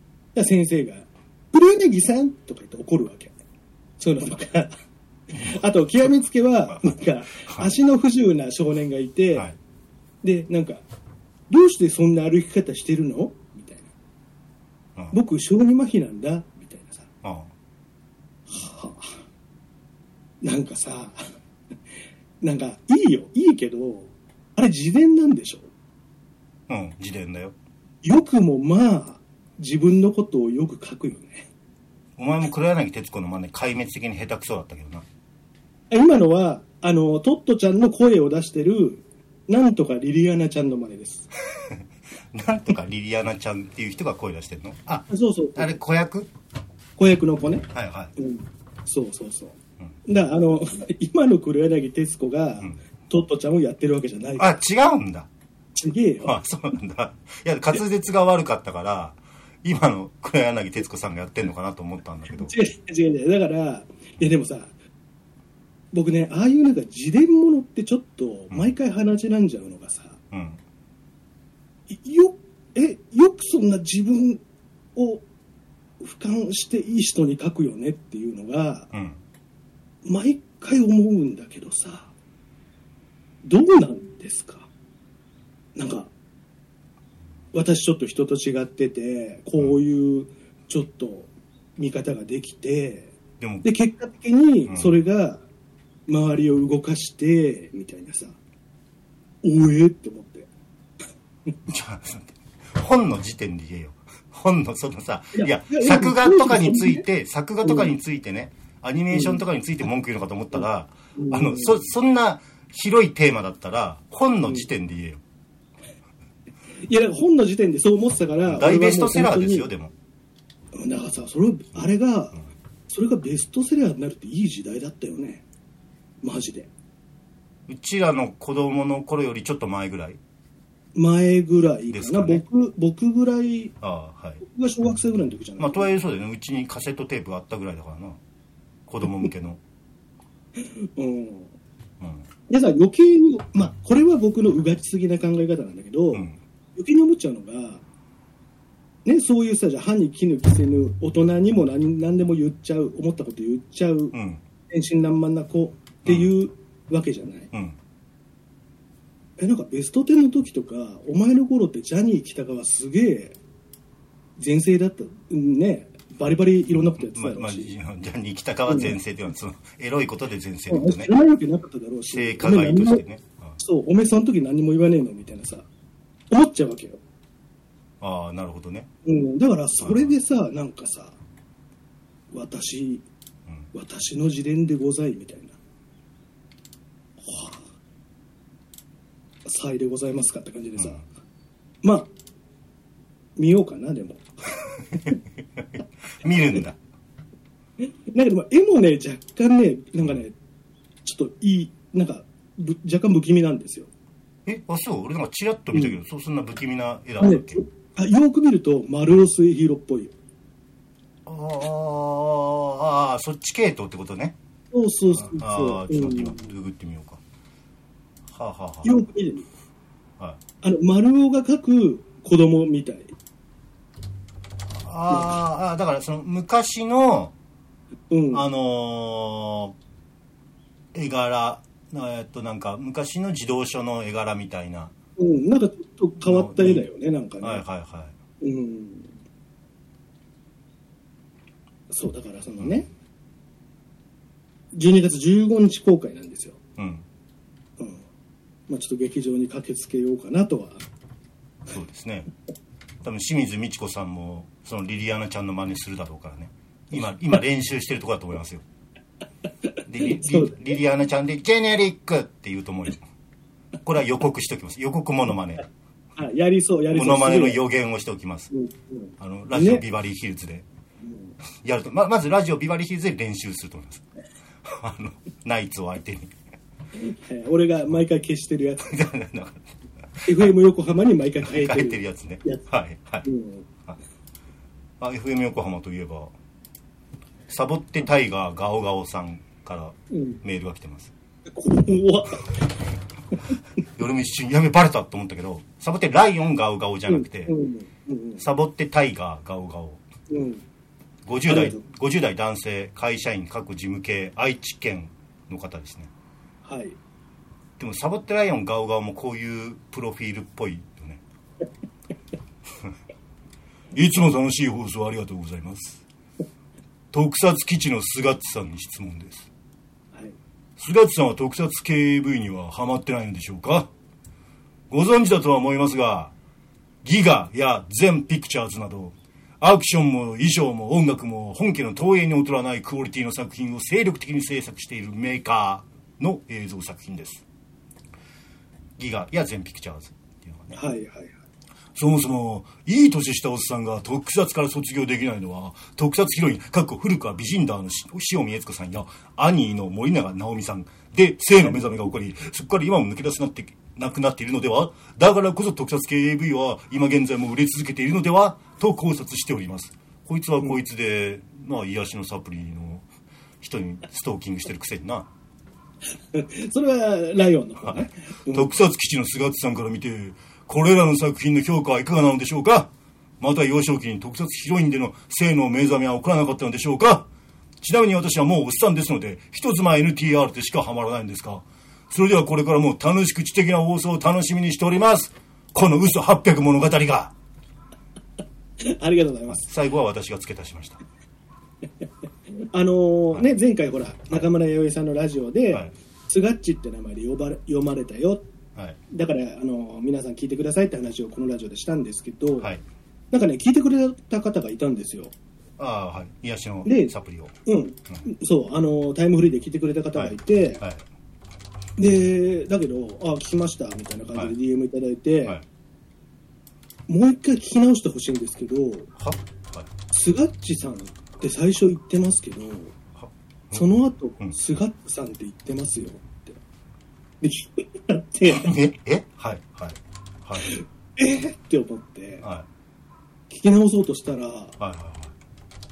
先生が黒柳さんとか言って怒るわけ。そういうのとかあと極めつけはなんか足の不自由な少年がいて、はい、でなんかどうしてそんな歩き方してるのみたいな、うん、僕小児麻痺なんだみたいなさ、うん、はあ、なんかさなんかいいよいいけどあれ自伝なんでしょ。 うん自伝だよ。 よくもまあ自分のことをよく書くよね。 お前も黒柳徹子の真似壊滅的に下手くそだったけどな。 今のは、あの、トットちゃんの声を出してる、なんとかリリアナちゃんの真似です。 なんとかリリアナちゃんっていう人が声出してるの？あ、 そうそう。 あれ子役？ 子役の子ね。 はいはい。 うん、そうそうそう。うん、だからあの、今の黒柳徹子が、うん、トットちゃんをやってるわけじゃない。 あ、違うんだ。 ちげえよ。 あ、そうなんだ。いや、滑舌が悪かったから、今の黒柳徹子さんがやってんのかなと思ったんだけど。 違う違う違う。だから、いやでもさ、僕ね、ああいうなんか自伝ものってちょっと毎回鼻血なんじゃうのがさ、うん、よえよくそんな自分を俯瞰していい人に書くよねっていうのが、うん、毎回思うんだけどさ、どうなんですか？なんか私ちょっと人と違ってて、こういうちょっと見方ができて、でもで結果的にそれが周りを動かしてみたいなさ、おえって思って。 じゃあ本の時点で言えよ。本のそのさ、いや、いや作画とかについて、作画とかについてね、アニメーションとかについて文句言うのかと思ったら、うん、あのそそんな広いテーマだったら本の時点で言えよ。 いや、だから本の時点でそう思ってたから。 大ベストセラーですよ、でも。 だからさ、それあれが、うん、それがベストセラーになるっていい時代だったよね。マジで。 うちらの子供の頃よりちょっと前ぐらい前ぐらいかな、ね、僕僕ぐらい。ああ、はい。僕が小学生ぐらいの時じゃない。 まあとはいえそうだよね。うちにカセットテープがあったぐらいだからな。子供向けの。 うん。うん。でさ、余計に、まあこれは僕のうがちすぎな考え方なんだけど、うん、余計に思っちゃうのが、ね、そういうさ、じゃあ歯に衣着せぬ大人にも 何, 何でも言っちゃう、思ったこと言っちゃう、うん、天真爛漫な子っていうわけじゃない。うん、え、なんかベストテンの時とか、お前の頃ってジャニー喜多川すげえ全盛だった、ね、バリバリいろんなことやってたろうし、 まま、ジャニー喜多川全盛っていうのは、そのエロいことで全盛だよね。 知らないわけなかっただろうし、 性加害としてね。 そう、おめえその時何も言わねえのみたいなさ、思っちゃうわけよ。 ああ、なるほどね。 うん、だからそれでさ、なんかさ、私、うん、私の自伝でございみたいな、はあ、さいでございますかって感じでさ、うん、まあ見ようかな。でも見るんだ。 なんかでも絵もね、若干ね、なんかね、ちょっといい、なんか若干不気味なんですよ。 え、あ、そう、俺なんかチラッと見たけど、うん、そう、そんな不気味な絵だったっけ？ あ、よく見ると丸尾末広っぽいよ。 ああ、あ、そっち系統ってことね。 そうそうそう。 ああ、ちょっと今ググってみようか。はあ、はあはあ、 よく見る。はい。あの丸尾が描く子供みたい。 ああ、だからその昔の、うん、あのー、絵柄、えっとなんか昔の児童書の絵柄みたいな。 うん、なんかちょっと変わった絵だよね、なんかね。 はいはいはい。うん。 そう、だからそのね、じゅうにがつじゅうごにち公開なんですよ。うん。うん。まあちょっと劇場に駆けつけようかなとは。 そうですね。多分清水ミチコさんもそのリリアナちゃんの真似するだろうからね。今今練習してるところだと思いますよ。で リ, リ, リリアナちゃんでジェネリックって言うと思うよ。これは予告しておきます。予告モノマネ。 あ、やりそうやりそう。 モノマネの予言をしておきます。うんうん、あのラジオビバリーヒルズで、ね、やると ま, まずラジオビバリーヒルズで練習すると思います。あのナイツを相手に。 俺が毎回消してるやつ。エフエム 横浜に毎回変えてる。 変えてるやつね。やつはいはい。うん、あ、エフエム 横浜といえばサボってタイガーガオガオさんからメールが来てます。 うん、怖っ。 夜も一瞬やめバレたと思ったけど、サボってライオンガオガオじゃなくて、うんうんうん、サボってタイガーガオガオ、うん、ごじゅう代ごじゅう代男性会社員各事務系愛知県の方ですね。はい。でもサボってライオンガオガオもこういうプロフィールっぽいよね。いつも楽しい放送ありがとうございます。特撮基地のスガッツさんに質問です。はい、スガッツさんは特撮 ケーエーブイ にはハマってないのでしょうか？ご存知だとは思いますが、ギガや全ピクチャーズなどアクションも衣装も音楽も本家の東映に劣らないクオリティの作品を精力的に制作しているメーカーの映像作品です。ギガや全ピクチャーズっていうのがね。 はいはいはい。 そもそもいい年したおっさんが特撮から卒業できないのは、特撮ヒロインかっこ古川美人ダーの塩見悦子さんやアニーの森永直美さんで性の目覚めが起こり、そこから今も抜け出せなってなくなっているのでは。だからこそ特撮系 エーブイ は今現在も売れ続けているのではと考察しております。こいつはこいつで、うん、まあ癒しのサプリの人にストーキングしてるくせにな。 それはライオンの方ね、 うん、特撮基地の菅津さんから見てこれらの作品の評価はいかがなのでしょうか。また幼少期に特撮ヒロインでの性の目覚めは起こらなかったのでしょうか。ちなみに私はもうおっさんですので一つ前 エヌティーアール でしかハマらないんですが、それではこれからも楽しく知的な放送を楽しみにしております。この嘘はっぴゃく物語がありがとうございます。 最後は私が付け足しました。 あのーはい、ね前回ほら、はい、中村弥生さんのラジオで、はい、スガッチって名前で呼ばれ読まれたよ、はい、だから、あのー、皆さん聞いてくださいって話をこのラジオでしたんですけど、はい、なんかね聞いてくれた方がいたんですよ。 ああ、はい、癒しのサプリを、 うん、うん、そう、あのー、タイムフリーで聞いてくれた方がいて、はいはい、でだけどあ聞きましたみたいな感じで ディーエム いただいて、はい、もう一回聞き直してほしいんですけど、は、はい、スガッチさんって最初言ってますけど、その後、うん、スガッチさんって言ってますよってで聞いてってええはいはいはいえって思って、はい、聞き直そうとしたら、はいはいはい、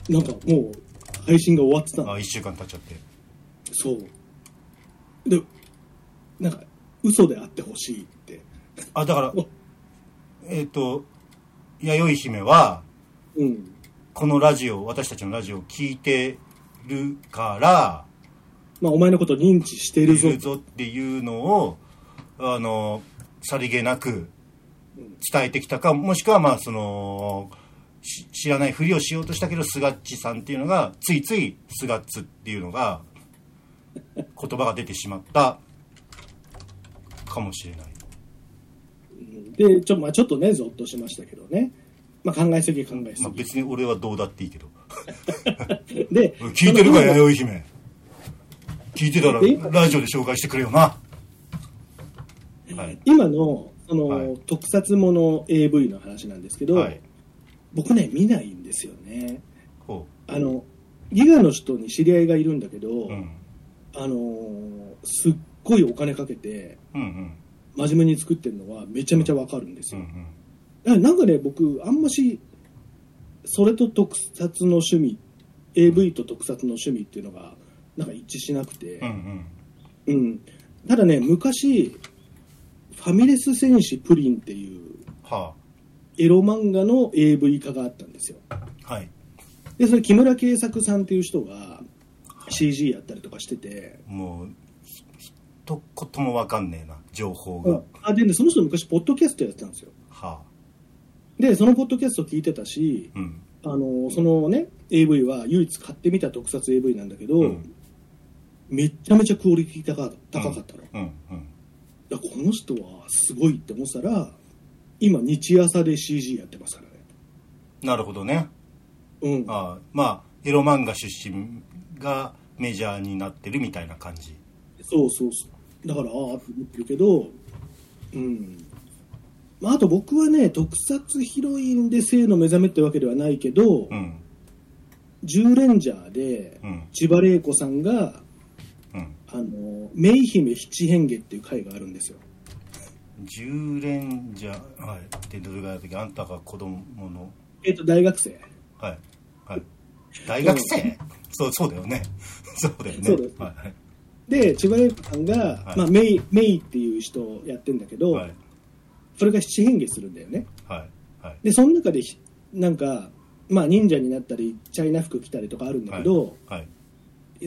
なんかもう配信が終わってたの。 あ、いっしゅうかん経っちゃって。 そうでなんか嘘であってほしいって。 あ、だからえっと弥生姫は、うん、このラジオ、私たちのラジオを聞いてるから、 まあ、お前のことを認知してるぞっていうのをあのさりげなく伝えてきたか、もしくはまあその知らないふりをしようとしたけどスガッチさんっていうのがついついスガッツっていうのが言葉が出てしまったかもしれない。 でちょ、まあ、ちょっとねゾッとしましたけどね、まあ、考えすぎ考えすぎ、まあ、 別に俺はどうだっていいけどで聞いてるか弥生姫、聞いてたらラジオで紹介してくれよな、 はい、今のその、はい、特撮もの エーブイ の話なんですけど、はい、僕ね見ないんですよね。ほう、あのギガの人に知り合いがいるんだけど、うん、あのすっごいお金かけて、うんうん、真面目に作ってるのはめちゃめちゃわかるんですよ、うんうん、なんかね僕あんましそれと特撮の趣味 エーブイ と特撮の趣味っていうのがなんか一致しなくて、うんうんうん、ただね昔ファミレス戦士プリンっていうエロ漫画の エーブイ 化があったんですよ。はい。でそれ木村圭作さんっていう人が シージー やったりとかしてて、 もう一言も分かんねえな情報が。 あで、ね、その人昔ポッドキャストやってたんですよ。はあ、でそのポッドキャスト聞いてたし、うん、あのそのね エーブイ は唯一買ってみた特撮 エーブイ なんだけど、うん、めちゃめちゃクオリティ高か高かったの、うんうんうん、だこの人はすごいって思ったら今日朝で シージー やってますからね。 なるほどね、うん、あまあエロ漫画出身がメジャーになってるみたいな感じ。 そうそうそうだからああって思ってるけど、うんまあ、あと僕はね特撮ヒロインで性の目覚めってわけではないけど、うん、ジューレンジャーで、うん、千葉玲子さんが、うん、あのメイ姫七変化っていう回があるんですよ。 ジューレンジャーはいってどれぐらいの時あんたが子供のえっ、ー、と大学生はいはい大学生、うん、そうそうだよねそうだよねそうです、はい、 で千葉玲子さんが、はいまあ、メイメイっていう人をやってるんだけど、はい、それが七変化するんだよね、はいはい、でその中でなんか、まあ、忍者になったりチャイナ服着たりとかあるんだけど、はいはい、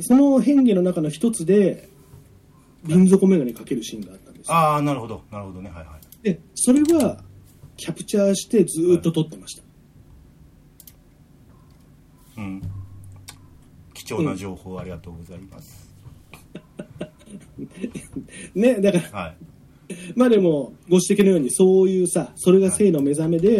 その変化の中の一つで瓶底眼鏡かけるシーンがあったんですよ。 ああなるほどなるほどねはいはい。 でそれはキャプチャーしてずーっと撮ってました、 はい、うん貴重な情報ありがとうございます、 うん、ねだから、はい、まあでもご指摘のようにそういうさそれが性の目覚めで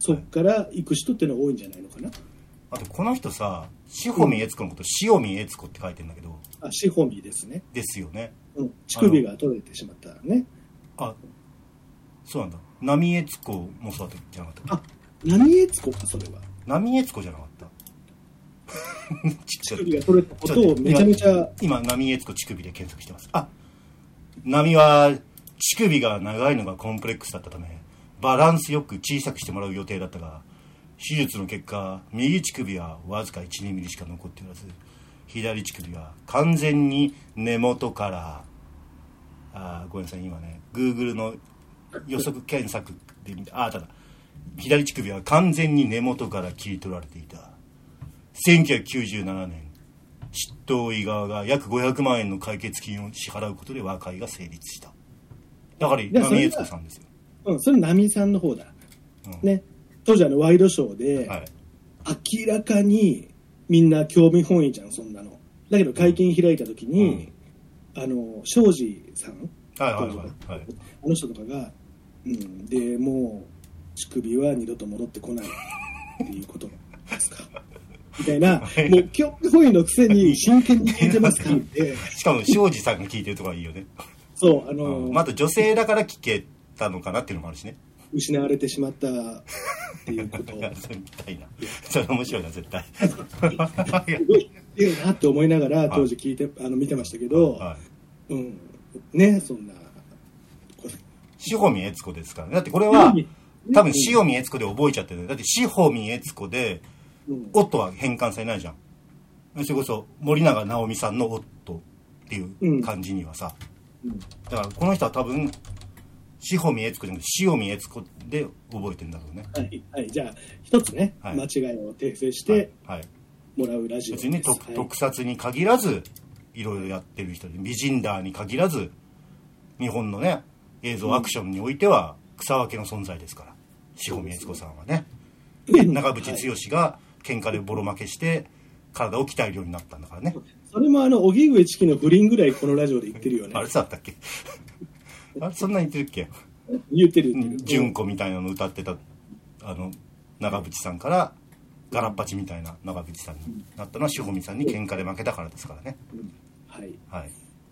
そっから行く人っていうのは多いんじゃないのかな。 あとこの人さ、塩見悦子のこと塩見悦子って書いてるんだけど、 あ、塩見ですね。 ですよね。 うん、乳首が取れてしまったらね。 あ、そうなんだ。波悦子もそうだったじゃなかった。 あ、波悦子か、それは。 波悦子じゃなかった。 乳首が取れたことをめちゃめちゃ。 今、波悦子乳首で検索してます。あ、波は乳首が長いのがコンプレックスだったため、バランスよく小さくしてもらう予定だったが、手術の結果、右乳首はわずかいち、にミリしか残っておらず、左乳首は完全に根元から、あ、ごめんなさい、今ね、Google の予測検索で見て、あ、ただ、左乳首は完全に根元から切り取られていた。せんきゅうひゃくきゅうじゅうななねん、執刀医側が約ごひゃくまんえんの解決金を支払うことで和解が成立した。だから、波悦子さんですよ。 うん、それ波さんの方だ。うん、ね。当時あのワイドショーで、はい、明らかにみんな興味本位じゃん、そんなの。だけど会見開いた時に、うん、あの、庄司さん、 はいはいはいはい、 あの人とかが、うん、で、もう、乳首は二度と戻ってこないっていうことですか。みたいな、もう興味本位のくせに真剣に聞いてますからって。 しかも庄司さんが聞いてるとこがいいよね。 そう、あのー、 うん、また女性だから聞けたのかなっていうのもあるしね。 失われてしまったっていうことを。 それみたいな。それ面白いな、絶対。 すごいいいなって思いながら当時聞いて、あの見てましたけど、はい、うん、ね、そんな。 塩見悦子ですからね。だってこれは、多分塩見悦子で覚えちゃってる。だって塩見悦子で、夫は変換されないじゃん。それこそ森永直美さんの夫っていう感じにはさ。うんうん、だからこの人は多分、塩見悦子じゃなくて塩見悦子で覚えてるんだろうね。 はい、はい、じゃあ一つね、はい、間違いを訂正してもらうラジオです。別にね、 特、はい、特撮に限らずいろいろやってる人で、美人ダーに限らず日本のね映像アクションにおいては草分けの存在ですから、塩見悦子さんはね。で、長渕剛が喧嘩でボロ負けして体を鍛えるようになったんだからね。 それもあの荻上チキの不倫ぐらいこのラジオで言ってるよね。 あれそうだったっけ？あれそんなに言ってるっけ？言ってる言ってる。 純子みたいなの歌ってたあの長渕さんからガラッパチみたいな長渕さんになったのは塩見さんに喧嘩で負けたからですからね。 うん、はい。 はい。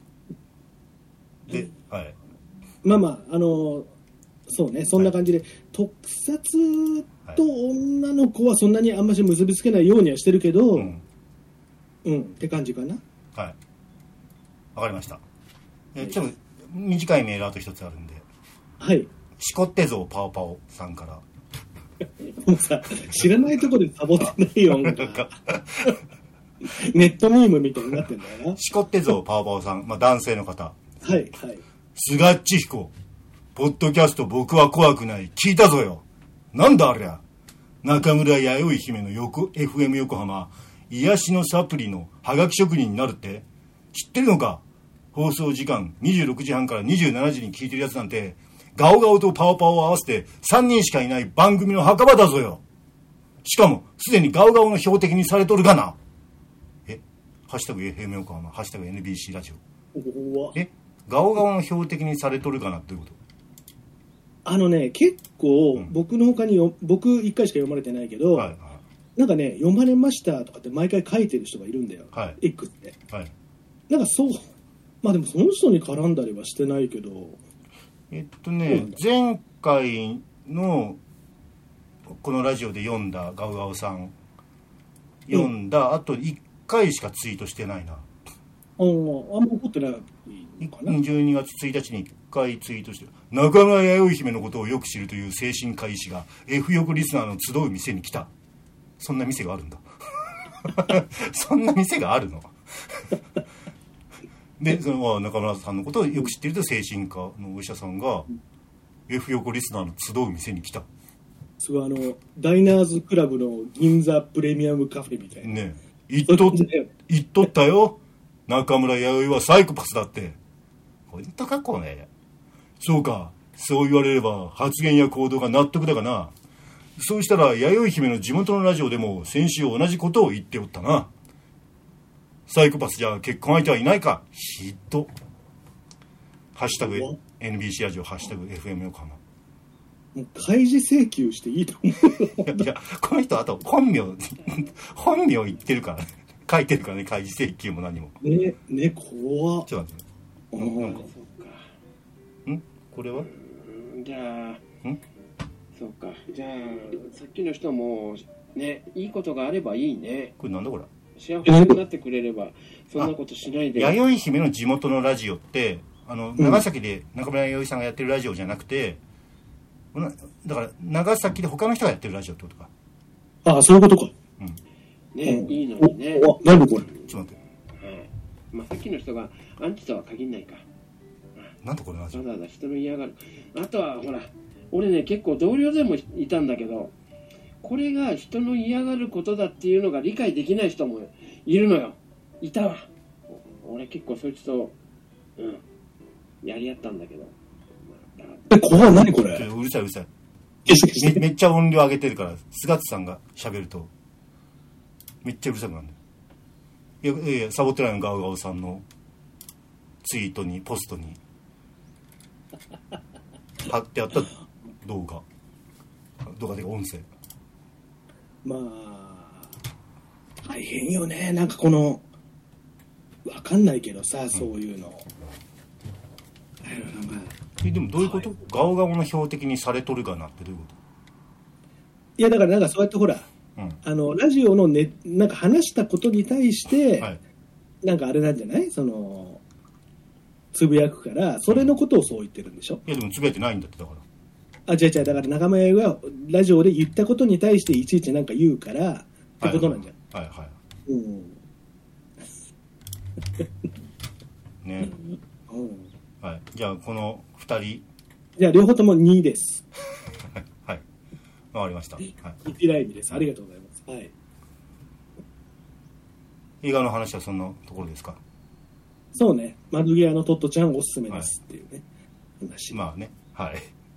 で、はい。 まあまああのそうね、そんな感じで、はい、特撮と女の子はそんなにあんまし結びつけないようにはしてるけど、うん、うん、って感じかな。 はい。わかりました。えちょっと短いメールあと一つあるんで。 はい。 しこってぞパオパオさんから。 もうさ、知らないとこでサボってないよ。なんかネットミームみたいになってんだよな。 しこってぞパオパオさん、まあ男性の方。 はいはい。 すがっちひこ、ポッドキャスト僕は怖くない。聞いたぞよ。なんだありゃ。中村弥生姫の横 エフエム 横浜、癒しのサプリのハガキ職人になるって知ってるのか。放送時間にじゅうろくじはんからにじゅうしちじに聞いてるやつなんて、ガオガオとパオパオを合わせてさんにんしかいない番組の墓場だぞよ。しかもすでにガオガオの標的にされとるがな。え、ハッシュタグ エフエム 横浜、ハッシュタグ エヌビーシー ラジオ。え、ガオガオの標的にされとるがなっていうこと？ あのね、結構僕の他によ、僕いっかいしか読まれてないけど、はいはい、なんかね、読まれましたとかって毎回書いてる人がいるんだよ、はい、X って、はい、なんかそう、まあでもその人に絡んだりはしてないけど、 えっとね、前回のこのラジオで読んだガウガウさん読んだ、うん、あといっかいしかツイートしてないな。 ああ、あんま怒ってないのかな。 じゅうにがつついたちにいっかいツイートして、中村弥生姫のことをよく知るという精神科医師が F 横リスナーの集う店に来た。そんな店があるんだ。そんな店があるの。で、その中村さんのことをよく知っていると精神科のお医者さんが F 横リスナーの集う店に来た。 すごい、あのダイナーズクラブの銀座プレミアムカフェみたいなね。言っと言っとったよ。中村弥生はサイコパスだって。本当かこれ。そうか、そう言われれば発言や行動が納得だがな。そうしたら弥生姫の地元のラジオでも先週同じことを言っておったな。サイコパスじゃ結婚相手はいないか。ひど。ハッシュタグ エヌビーシー ラジオ、ハッシュタグ エフエム 横浜。 もう開示請求していいと思う。 いや、この人あと本名、本名言ってるからね。書いてるからね、開示請求も何も。 ね、ね、怖っ。 ちょっと待って。なんか。そうか。んこれはじゃあ、んそうか。じゃあ、さっきの人も、ね、いいことがあればいいね。 これなんだこれ。 幸せになってくれれば、そんなことしないで。 弥生姫の地元のラジオって、あの、長崎で中村弥生さんがやってるラジオじゃなくて、うん、だから、長崎で他の人がやってるラジオってことか。 ああ、そういうことか。 うん。ね、うん、いいのにね。 あ、何これ。 ちょっと待って。 はい。まあ、さっきの人がアンチとは限んないか。 なんでこれラジオ。 わざわざ人の嫌がる。あとは、ほら、俺ね、結構同僚でもいたんだけど、これが人の嫌がることだっていうのが理解できない人もいるのよ。いたわ。俺結構そいつと、うん、やり合ったんだけど。 え、怖い、何これ。 うるさいうるさい。め, めっちゃ音量上げてるから、菅津さんが喋ると、めっちゃうるさくなるんだよ。いや、いや、サボってないのガウガウさんのツイートに、ポストに、貼ってあった動画。動画で音声。 まあ、大変よね。なんかこの、わかんないけどさ、そういうの。 うん、なんかえでもどういうこと、はい、ガオガオの標的にされとるがなってどういうこと。 いやだからなんかそうやってほら、うん、あのラジオのねなんか話したことに対して、はい、なんかあれなんじゃないそのつぶやくからそれのことをそう言ってるんでしょ、 うん、いやでもつぶやいてないんだってだから。 あ違う違うだから仲間屋がラジオで言ったことに対していちいちなんか言うからってことなんじゃん。 はいはい、はい、うんね、うんはい、じゃあこのふたりじゃあ両方ともにです。 はいわかりました。はい。 一ライブです。ありがとうございます。はい。 映画の話はそんなところですか。 そうね。窓際のトットちゃんおすすめですっていうね。 はい、まあね。はい。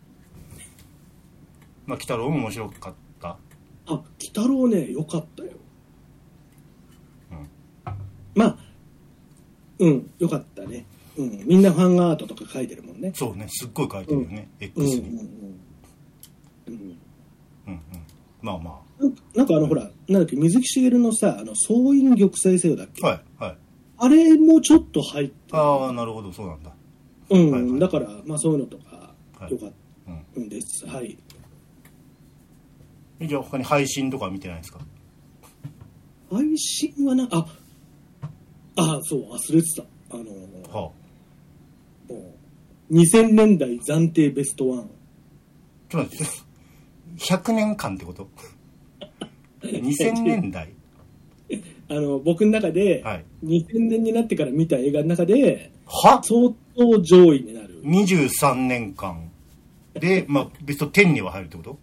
まあ鬼太郎も面白かった。あ、 鬼太郎ね良かったよ。うん。まあうん良かったね。うん、みんなファンアートとか書いてるもんね。 そうね、すっごい書いてるよね、うん、X に。うんうんうんうんうん、まあまあ。 なんかあのほら、なんだっけ、水木しげるのさ、あの総員玉砕せよだっけ。 はいはい。 あれもちょっと入ってる。 ああ、なるほど、そうなんだ。 うん、はいはい、だからまあそういうのとかよかったんです。はい。はい、 じゃあ他に配信とか見てないですか。 配信はな、あ、あそう忘れてた。あのー。はあ。にせんねんだい暫定ベストワン。 ちょっと待って、ひゃくねんかんってことにせんねんだいあの僕の中で、はい、にせんねんになってから見た映画の中では相当上位になるにじゅうさんねんかんで、まあ、ベストじゅうには入るってこと。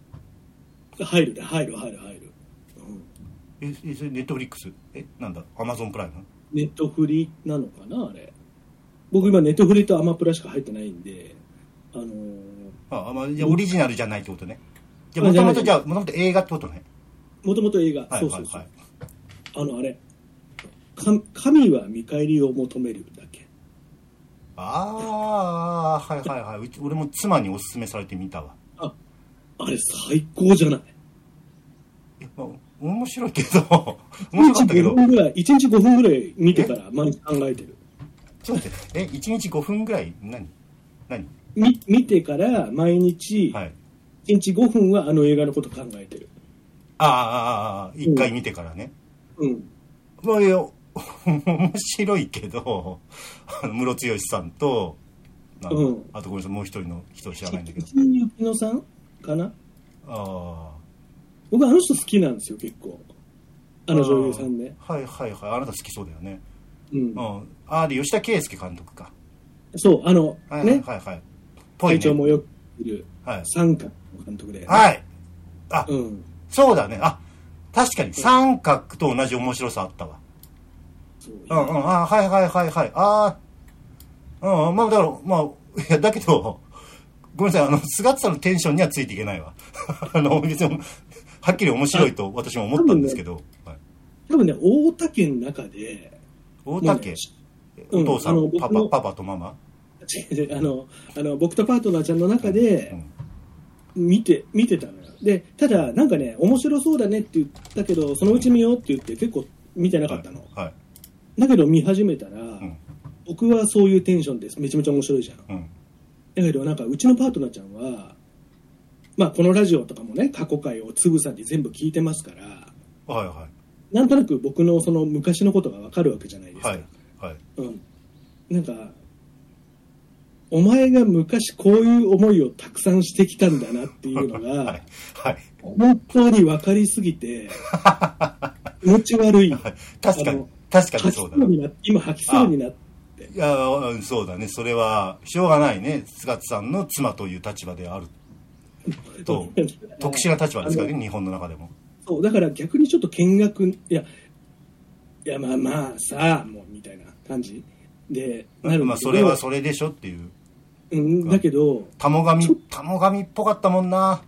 入るね入る入る入る、 うん、ええそれネットフリックスえなんだアマゾンプライムネットフリなのかなあれ。僕今ネットフリとアマプラしか入ってないんで、あのー、 ああ、まあ、じゃあオリジナルじゃないってことね。じゃあもともとじゃあもともと映画ってことね。 もともと映画、 はいはいはい、そうそうそう。 あのあれ、神は見返りを求めるだけ。 ああはいはいはい。うち俺も妻におすすめされてみたわ。 あ、あれ最高じゃない。 え、まあ、面白いけど面白かったけど。 いちにちごふんぐらい見てから毎日考えてる。 ちょっと待って、え、いちにちごふんぐらい何何み見てから毎日、はい、いちにちごふんはあの映画のこと考えてる。 ああ、ああ、いっかい見てからね。うん。まあ、いや、面白いけど、あの、ムロツヨシさんと、うん、あとごめんなさい、もう一人の人知らないんだけど。 吉井ゆきのさんかな。ああ。 僕あの人好きなんですよ、結構。あの女優さんね。 はいはいはい、あなた好きそうだよね。うん。うん、ああ、で、吉田圭佑監督か。 そう、あの、 はいね。 はいはい。 会長もよくいる、はい。三角の監督で、ね。 はい。あ、うん。そうだね。あ、確かに三角と同じ面白さあったわ。そう。うんうん。あ、はいはいはいはい。ああ。うん、まあだから、まあ、いや、だけど、ごめんなさい、あの、菅田さんのテンションにはついていけないわ。あの、別に、はっきり面白いと私も思ったんですけど。 多分ね、大分県の中で、 大分県、お父さん、うん、パパ、パパとママ違う違う、あの、あの、僕とパートナーちゃんの中で、うんうん、 見て見てたのよ。でただなんかね面白そうだねって言ったけどそのうち見ようって言って結構見てなかったの、はいはい、だけど見始めたら、うん、僕はそういうテンションですめちゃめちゃ面白いじゃん、うん、だけどなんかうちのパートナーちゃんはまあこのラジオとかもね過去回をつぶさに全部聞いてますから、はいはい、なんとなく僕のその昔のことが分かるわけじゃないですか、はいはいうん、なんかお前が昔こういう思いをたくさんしてきたんだなっていうのが、はいはい、本当に分かりすぎて気持ち悪い。 確かに確かにそうだな。 今吐きそうになって。 いやそうだね。それはしょうがないね。菅津さんの妻という立場であると特殊な立場ですからね日本の中でも。 そうだから逆にちょっと見学いやいやまあまあさあもうみたいな感じでなるんだけど。まあそれはそれでしょっていう。 うん、だけどたもがみたもがみっぽかったもんな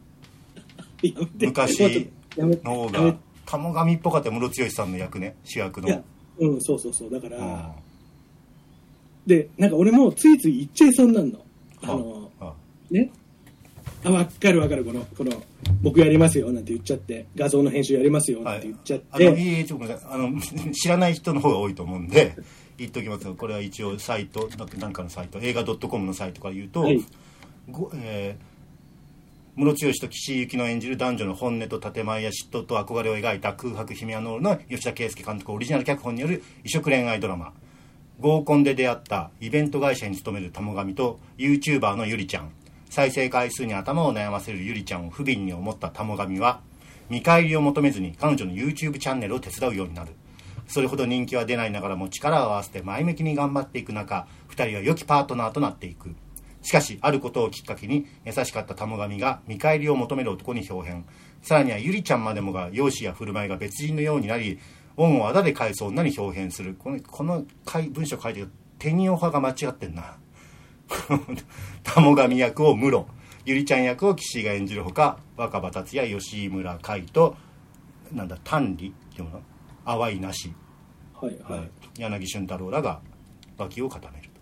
昔の方がたもがみっぽかったムロツヨシさんの役ね主役のいやうんそうそうそうだから、うん、でなんか俺もついつい言っちゃいそうになるのあのああねあ分かる分かるこのこの僕やりますよなんて言っちゃって画像の編集やりますよなんて言っちゃって、はい、あのいいちょっとごめんなさいあの知らない人の方が多いと思うんで言っときますがこれは一応サイトなんかのサイト映画 .com のサイトから言うと、はいごえー、ムロツヨシと岸井ゆきの演じる男女の本音と建前や嫉妬と憧れを描いた空白ヒメアノールの吉田圭佑監督オリジナル脚本による異色恋愛ドラマ合コンで出会ったイベント会社に勤めるたもがみと YouTuber のゆりちゃん再生回数に頭を悩ませるゆりちゃんを不憫に思ったたもがみは見返りを求めずに彼女の YouTube チャンネルを手伝うようになるそれほど人気は出ないながらも力を合わせて前向きに頑張っていく中ふたりは良きパートナーとなっていくしかしあることをきっかけに優しかったたもがみが見返りを求める男に表変さらにはゆりちゃんまでもが容姿や振る舞いが別人のようになり恩をあだで返す女に表変するこの、この文章書いてるテニオ派が間違ってんなたもがみ役をムロゆりちゃん役を岸井が演じるほか若葉達也吉村海となんだ丹理っていうの淡いなし、はいはいはい、柳俊太郎らが脇を固める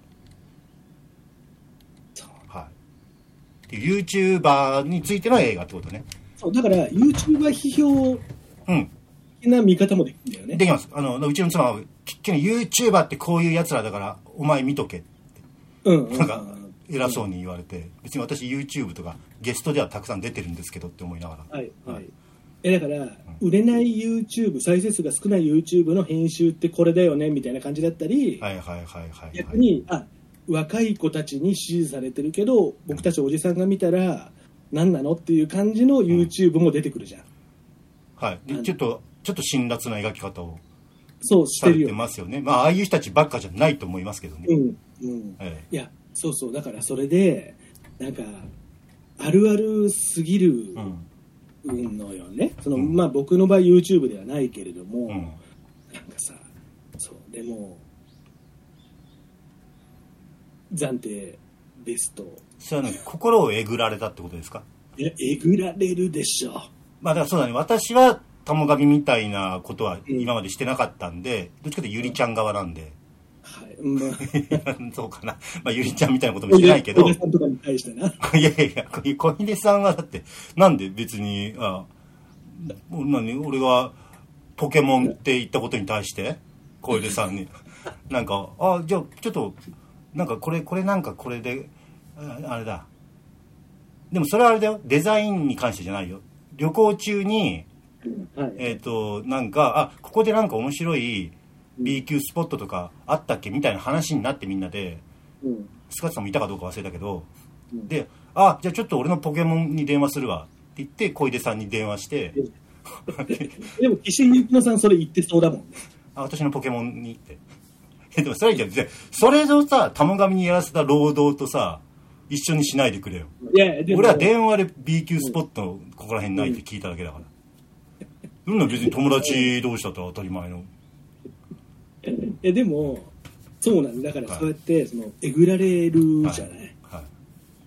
と、はい、YouTuber についての映画ってことねそうだから YouTuber 批評的な見方もできるんだよね、 うん、できますあのうちの妻は結局 YouTuber ってこういうやつらだからお前見とけって、うんうん、なんか偉そうに言われて、うん、別に私 YouTube とかゲストではたくさん出てるんですけどって思いながらはい、はいはいえだから、うん、売れない YouTube 再生数が少ない YouTube の編集ってこれだよねみたいな感じだったり、はいはいはいはい、はい、逆にあ若い子たちに支持されてるけど僕たちおじさんが見たら何なのっていう感じの YouTube も出てくるじゃん、うん、 はいでちょっとちょっと辛辣な描き方をそうしてるよされてますよねまあああいう人たちばっかじゃないと思いますけどねうんうん、 ええ、いやそうそうだからそれでなんかあるあるすぎる、うんのよねその、うんまあ、僕の場合 YouTube ではないけれども、うん、なんかさそうでも暫定ベストそれは、ね、心をえぐられたってことですかいやえぐられるでしょまあだからそうだね私はたもがみみたいなことは今までしてなかったんで、うん、どっちかというとゆりちゃん側なんではいまあ、そうかな、まあ、ゆりちゃんみたいなこともしてないけど小出さんとかに対してないやいやいや小出さんはだってなんで別にあ何俺がポケモンって言ったことに対して小出さんになんかあじゃあちょっとなんかこれこれなんかこれであれだでもそれはあれだよデザインに関してじゃないよ旅行中に、はい、えっ、ー、となんかあここでなんか面白いB 級スポットとかあったっけみたいな話になってみんなで、うん、スカッツさんもいたかどうか忘れたけど、うん、であじゃあちょっと俺のポケモンに電話するわって言って小出さんに電話してでも岸井ゆきのさんそれ言ってそうだもんねあ私のポケモンにってでもそれじゃそれをさたもがみにやらせた労働とさ一緒にしないでくれよいやでも俺は電話で B 級スポットここら辺ないって聞いただけだから、うん、そんな別に友達同士だったら当たり前のえでもそうなんだからそうやってそのえぐられるじゃない、はいはい、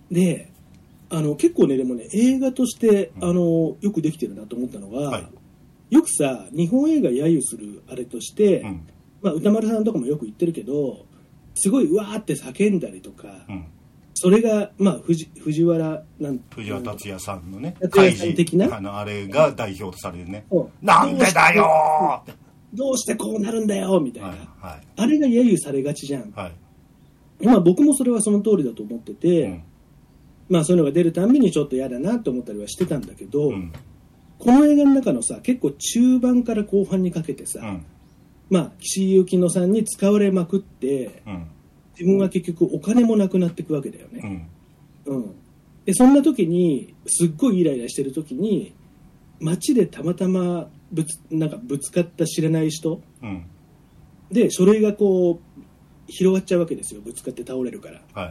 であの結構ねでもね映画として、うん、あのよくできてるなと思ったのが、はい、よくさ日本映画揶揄するあれとして、うんまあ、歌丸さんとかもよく言ってるけどすごいうわーって叫んだりとか、うん、 それが、まあ、藤藤原なん藤原竜也さんのね、 竜也さん的なあの、あれが代表とされるね。なんでだよーどうしてこうなるんだよみたいな、 はいはい、 あれが揶揄されがちじゃん。 はい、 まあ僕もそれはその通りだと思ってて、 うん、まあそういうのが出るたんびにちょっと嫌だなと思ったりはしてたんだけど、 うん、 この映画の中のさ、結構中盤から後半にかけてさ、うん、まあ岸井ゆきのさんに使われまくって、うん、自分は結局お金もなくなっていくわけだよね、うんうん、でそんな時にすっごいイライラしてる時に街でたまたまぶつなんかぶつかった知らない人、うん、で書類がこう広がっちゃうわけですよ。ぶつかって倒れるから、はい、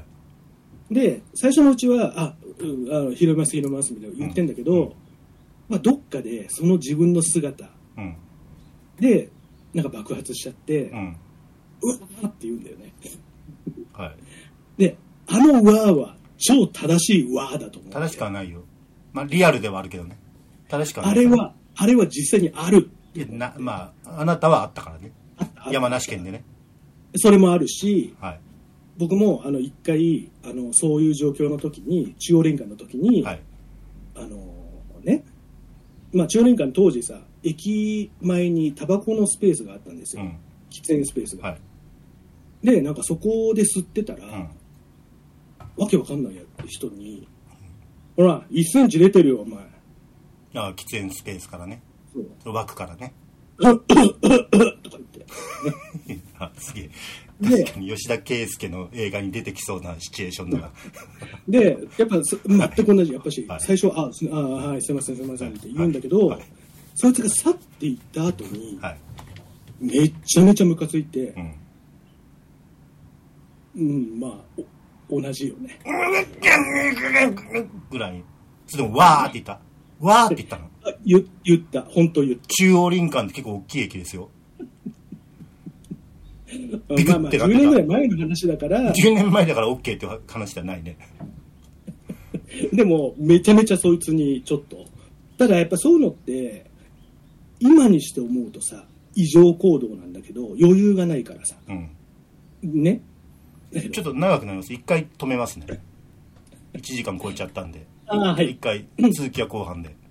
で最初のうちはあ、うん、あ拾います拾いますみたいな言ってんだけど、うんうん、まあ、どっかでその自分の姿、うん、でなんか爆発しちゃって、うん、うわーって言うんだよね、はい、であのわーは超正しいわーだと思う。 正しくはないよ、まあ、リアルではあるけどね。正しくはない。 あれはあれは実際にある。 いやな、まああなたはあったからね、山梨県でね。 それもあるし、 はい、 僕もあの一回あのそういう状況の時に中央林間の時に、はい、あのね、まあ、中央林間当時さ駅前にタバコのスペースがあったんですよ、うん、喫煙スペースが、はい、でなんかそこで吸ってたら、うん、わけわかんない人に、うん、ほらいっセンチ出てるよお前。 ああ、喫煙スペースからね、そう枠からねとか言ってあ、すげえ。確かに吉田圭佑の映画に出てきそうなシチュエーションだな。 で、やっぱ全く同じ、やっぱし、はい、最初は、ああ、はい、すいません、すいませんって言うんだけど、はいはい、そいつが去っていった後に、はい、めちゃめちゃムカついて、うん、うん、まあ、同じよね。 ぐらい。それでも、わーって言った。わーって言ったの。 言, 言った、本当言った。 中央林間って結構大きい駅ですよ。 ビクってなってた。まあまあじゅうねんぐらい前の話だから。 じゅうねんまえだから OK って話じゃないね。 でも、めちゃめちゃそいつにちょっと。ただやっぱそういうのって、今にして思うとさ、異常行動なんだけど、余裕がないからさ。うん、ね。 ちょっと長くなります。一回止めますね。いちじかん超えちゃったんで。 あ、はい、 一回、続きは後半で。